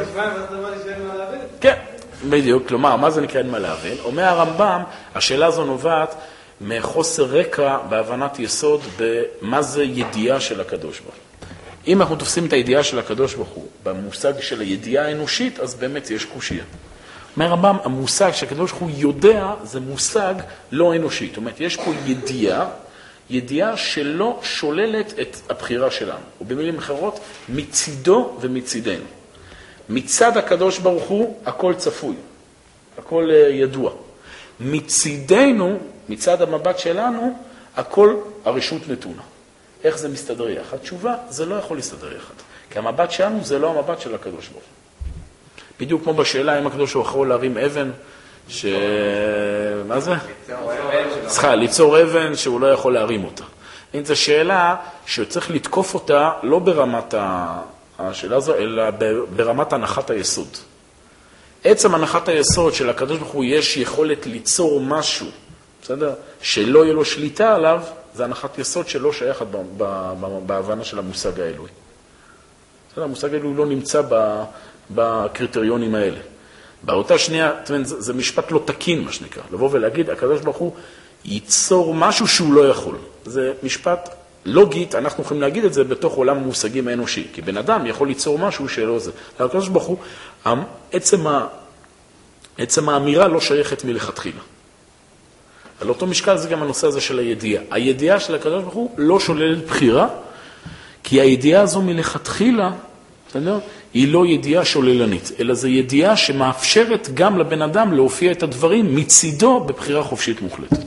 כן, בדיוק. כלומר, מה זה נקרא אין מה להבין? אומר הרמב"ם, השאלה הזו נובעת מחוסר רקע בהבנת יסוד במה זה ידיעה של הקדוש ברוך הוא. אם אנחנו תופסים את הידיעה של הקדוש ברוך הוא במושג של הידיעה האנושית, אז באמת יש קושיה. אומר הרמב"ם, המושג שהקדוש ברוך הוא יודע זה מושג לא אנושי. זאת אומרת, יש פה ידיעה, ידיעה שלא שוללת את הבחירה שלנו, או במילים אחרות, מצידו ומצידנו. מצד הקדוש ברוך הוא, הכל צפוי, הכל ידוע. מצידנו, מצד המבט שלנו, הכל הרשות נתונה. איך זה מסתדר יחד? תשובה, זה לא יכול להסתדר יחד. כי המבט שלנו זה לא המבט של הקדוש ברוך הוא. בדיוק כמו בשאלה, אם הקדוש ברוך הוא יכול להרים אבן, ש... מה זה? צריכה, ליצור אבן שהוא לא יכול להרים אותה. אם זו שאלה שצריך לתקוף אותה לא ברמת השאלה הזו, אלא ברמת הנחת היסוד. עצם הנחת היסוד של הקדוש ברוך הוא יש יכולת ליצור משהו, בסדר? שלא יהיה לו שליטה עליו, זה הנחת יסוד שלא שייכת בהבנה של המושג האלוהי. בסדר? המושג האלוהי לא נמצא בקריטריונים האלה. באותה שנייה, זה, זה משפט לא תקין, מה שנקרא. לבוא ולהגיד, הקדוש ברוך הוא ייצור משהו שהוא לא יכול. זה משפט לוגית, אנחנו יכולים להגיד את זה בתוך עולם המושגים האנושי. כי בן אדם יכול ליצור משהו שלא זה. הקדוש ברוך הוא, עצם, ה, עצם האמירה לא שייכת מלכתחילה. על אותו משקל זה גם הנושא הזה של הידיעה. הידיעה של הקדוש ברוך הוא לא שוללת בחירה, כי הידיעה הזו מלכתחילה, בסדר? היא לא ידיעה שוללנית, אלא זו ידיעה שמאפשרת גם לבן אדם להופיע את הדברים מצידו בבחירה חופשית מוחלטת.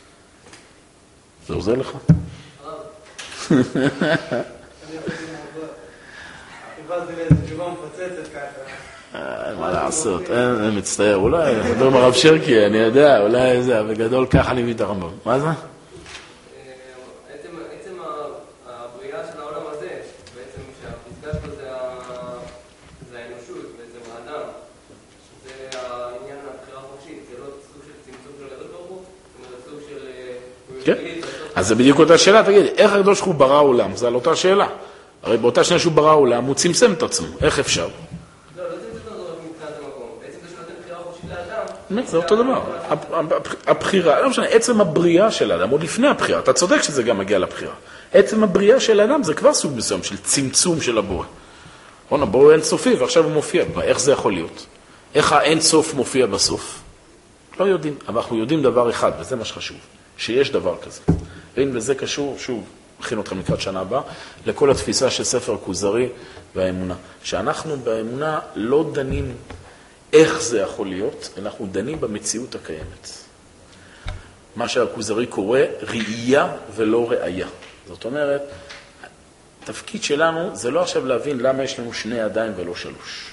זה עוזר לך? אני חושב קיבלתי לי איזו תשובה מפצצת ככה. מה לעשות, אני מצטער, אולי, אני מדבר עם הרב שרקי, אני יודע, אולי זה, בגדול ככה אני מביא את הרמב"ם. מה זה? כן, אז זה בדיוק אותה שאלה, תגיד, איך הקדוש ברוך הוא ברא עולם? זה על אותה שאלה. הרי באותה שנייה שהוא ברא עולם, הוא צמצם את עצמו. איך אפשר? לא, לא צמצם את עצמו מבחינת המקום. בעצם זה שנותן בחירה חופשית לאדם. זה אותו דבר. הבחירה, לא משנה, עצם הבריאה של האדם, עוד לפני הבחירה, אתה צודק שזה גם מגיע לבחירה. עצם הבריאה של האדם זה כבר סוג מסוים של צמצום של הבורא. נכון, הבורא אין סופי, ועכשיו הוא מופיע. איך זה יכול להיות? איך האין סוף מופיע בסוף? לא יודעים, אבל אנחנו יודעים דבר אחד, וזה מה שחשוב. שיש דבר כזה. ואם לזה קשור, שוב, מכין אתכם לקראת שנה הבאה, לכל התפיסה של ספר כוזרי והאמונה. שאנחנו באמונה לא דנים איך זה יכול להיות, אנחנו דנים במציאות הקיימת. מה שהכוזרי קורא, ראייה ולא ראייה. זאת אומרת, התפקיד שלנו זה לא עכשיו להבין למה יש לנו שני ידיים ולא שלוש.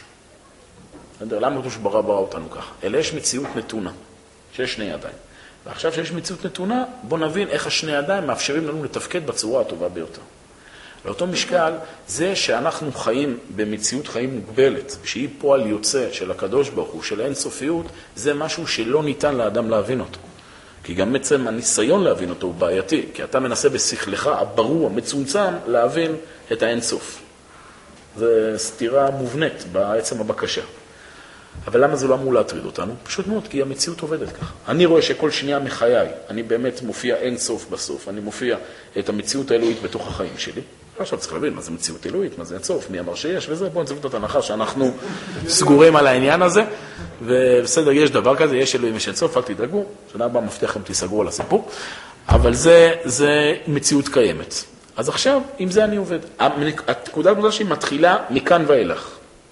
למה כתוב שברא ברא אותנו ככה? אלא יש מציאות נתונה, שיש שני ידיים. ועכשיו שיש מציאות נתונה, בוא נבין איך השני ידיים מאפשרים לנו לתפקד בצורה הטובה ביותר. לאותו משקל, זה שאנחנו חיים במציאות חיים מוגבלת, שהיא פועל יוצא של הקדוש ברוך הוא, של האינסופיות, זה משהו שלא ניתן לאדם להבין אותו. כי גם בעצם הניסיון להבין אותו הוא בעייתי, כי אתה מנסה בשכלך הברור, המצומצם, להבין את האינסוף. זה סתירה מובנית בעצם הבקשה. אבל למה זה לא אמור להטריד אותנו? פשוט מאוד, כי המציאות עובדת ככה. אני רואה שכל שנייה מחיי, אני באמת מופיע אין סוף בסוף, אני מופיע את המציאות האלוהית בתוך החיים שלי. עכשיו צריך להבין מה זה מציאות אלוהית, מה זה אין סוף, מי אמר שיש, וזה, בואו נצטרך את ההנחה שאנחנו סגורים על העניין הזה, ובסדר, יש דבר כזה, יש אלוהים, יש אין סוף, אל תדאגו, שנה הבאה מבטיח לכם תיסגרו על הסיפור, אבל זה, זה מציאות קיימת. אז עכשיו, עם זה אני עובד. הנקודה הנקודה שהיא מתחילה מכאן ואילך.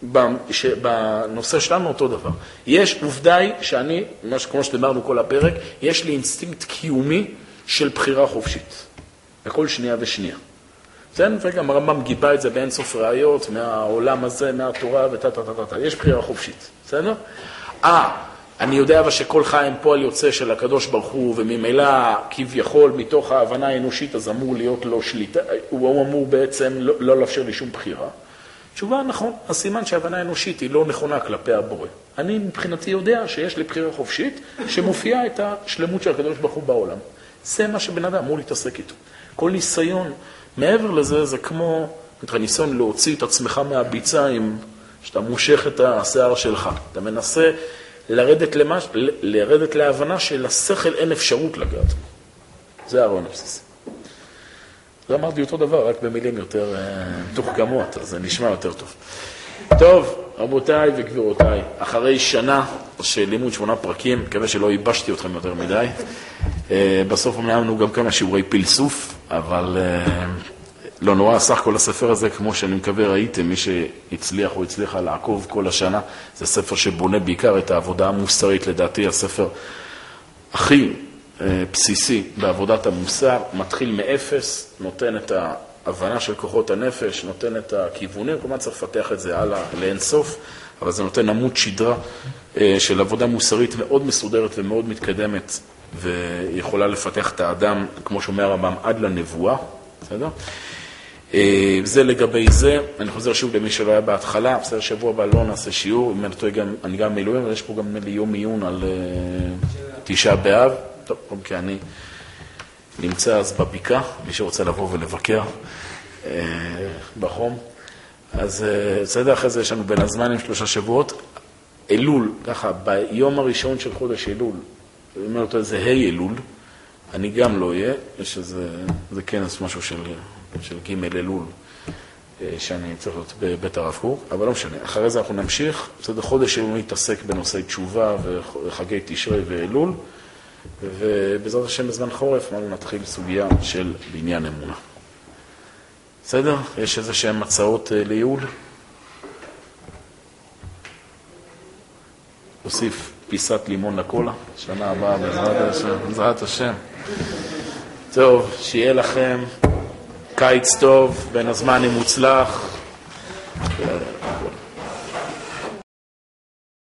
בנושא שלנו אותו דבר. יש עובדה היא שאני, כמו שדברנו כל הפרק, יש לי אינסטינקט קיומי של בחירה חופשית. בכל שנייה ושנייה. זה וגם הרמב"ם גיבה את זה באין סוף ראיות, מהעולם הזה, מהתורה ותת תת תת תת. יש בחירה חופשית. בסדר? אה, אני יודע אבל שכל חיים פועל יוצא של הקדוש ברוך הוא, וממילא כביכול מתוך ההבנה האנושית, אז אמור להיות לו שליטה, הוא אמור בעצם לא, לא לאפשר לי שום בחירה. תשובה, נכון, הסימן שההבנה האנושית היא לא נכונה כלפי הבורא. אני מבחינתי יודע שיש לי בחירה חופשית שמופיעה את השלמות של הקדוש ברוך הוא בעולם. זה מה שבן אדם אמור להתעסק איתו. כל ניסיון, מעבר לזה, זה כמו ניסיון להוציא את עצמך מהביצה עם שאתה מושך את השיער שלך. אתה מנסה לרדת, למש... לרדת להבנה שלשכל אין אפשרות לגעת. זה הרעיון הבסיסי. זה אמרתי אותו דבר, רק במילים יותר מתוחכמות, אז זה נשמע יותר טוב. טוב, רבותיי וגבירותיי, אחרי שנה של לימוד שמונה פרקים, מקווה שלא ייבשתי אתכם יותר מדי, בסוף אמרנו גם כמה שיעורי פילסוף, אבל לא נורא, סך כל הספר הזה, כמו שאני מקווה ראיתם, מי שהצליח או הצליחה לעקוב כל השנה, זה ספר שבונה בעיקר את העבודה המוסרית, לדעתי הספר הכי בסיסי בעבודת המוסר, מתחיל מאפס, נותן את ההבנה של כוחות הנפש, נותן את הכיוונים, כלומר צריך לפתח את זה הלאה לאין סוף, אבל זה נותן עמוד שדרה של עבודה מוסרית מאוד מסודרת ומאוד מתקדמת, ויכולה לפתח את האדם, כמו שאומר הרמב"ם, עד לנבואה, בסדר? זה לגבי זה, אני חוזר שוב למי שלא היה בהתחלה, בסדר, שבוע הבא לא נעשה שיעור, אם אני טועה גם, אני גם מילואים, אבל יש פה גם יום עיון על תשעה באב, טוב, כי אני נמצא אז בביקה, מי שרוצה לבוא ולבקר בחום. אז בסדר, אחרי זה יש לנו בין הזמנים שלושה שבועות. אלול, ככה, ביום הראשון של חודש אלול, אני אומר אותו, זה ה' אלול, אני גם לא אהיה, יש איזה, זה כנס משהו של, של ג' אלול, שאני צריך להיות בבית הרב קוק, אבל לא משנה. אחרי זה אנחנו נמשיך, בסדר, חודש אלול נתעסק בנושאי תשובה וחגי תשרי ואלול, ובעזרת השם בזמן חורף, אמרנו נתחיל סוגיה של בניין אמונה. בסדר? יש איזה שהם הצעות לייעול? תוסיף פיסת לימון לקולה, שנה הבאה בעזרת השם, בעזרת השם. טוב, שיהיה לכם קיץ טוב, בין הזמנים מוצלח.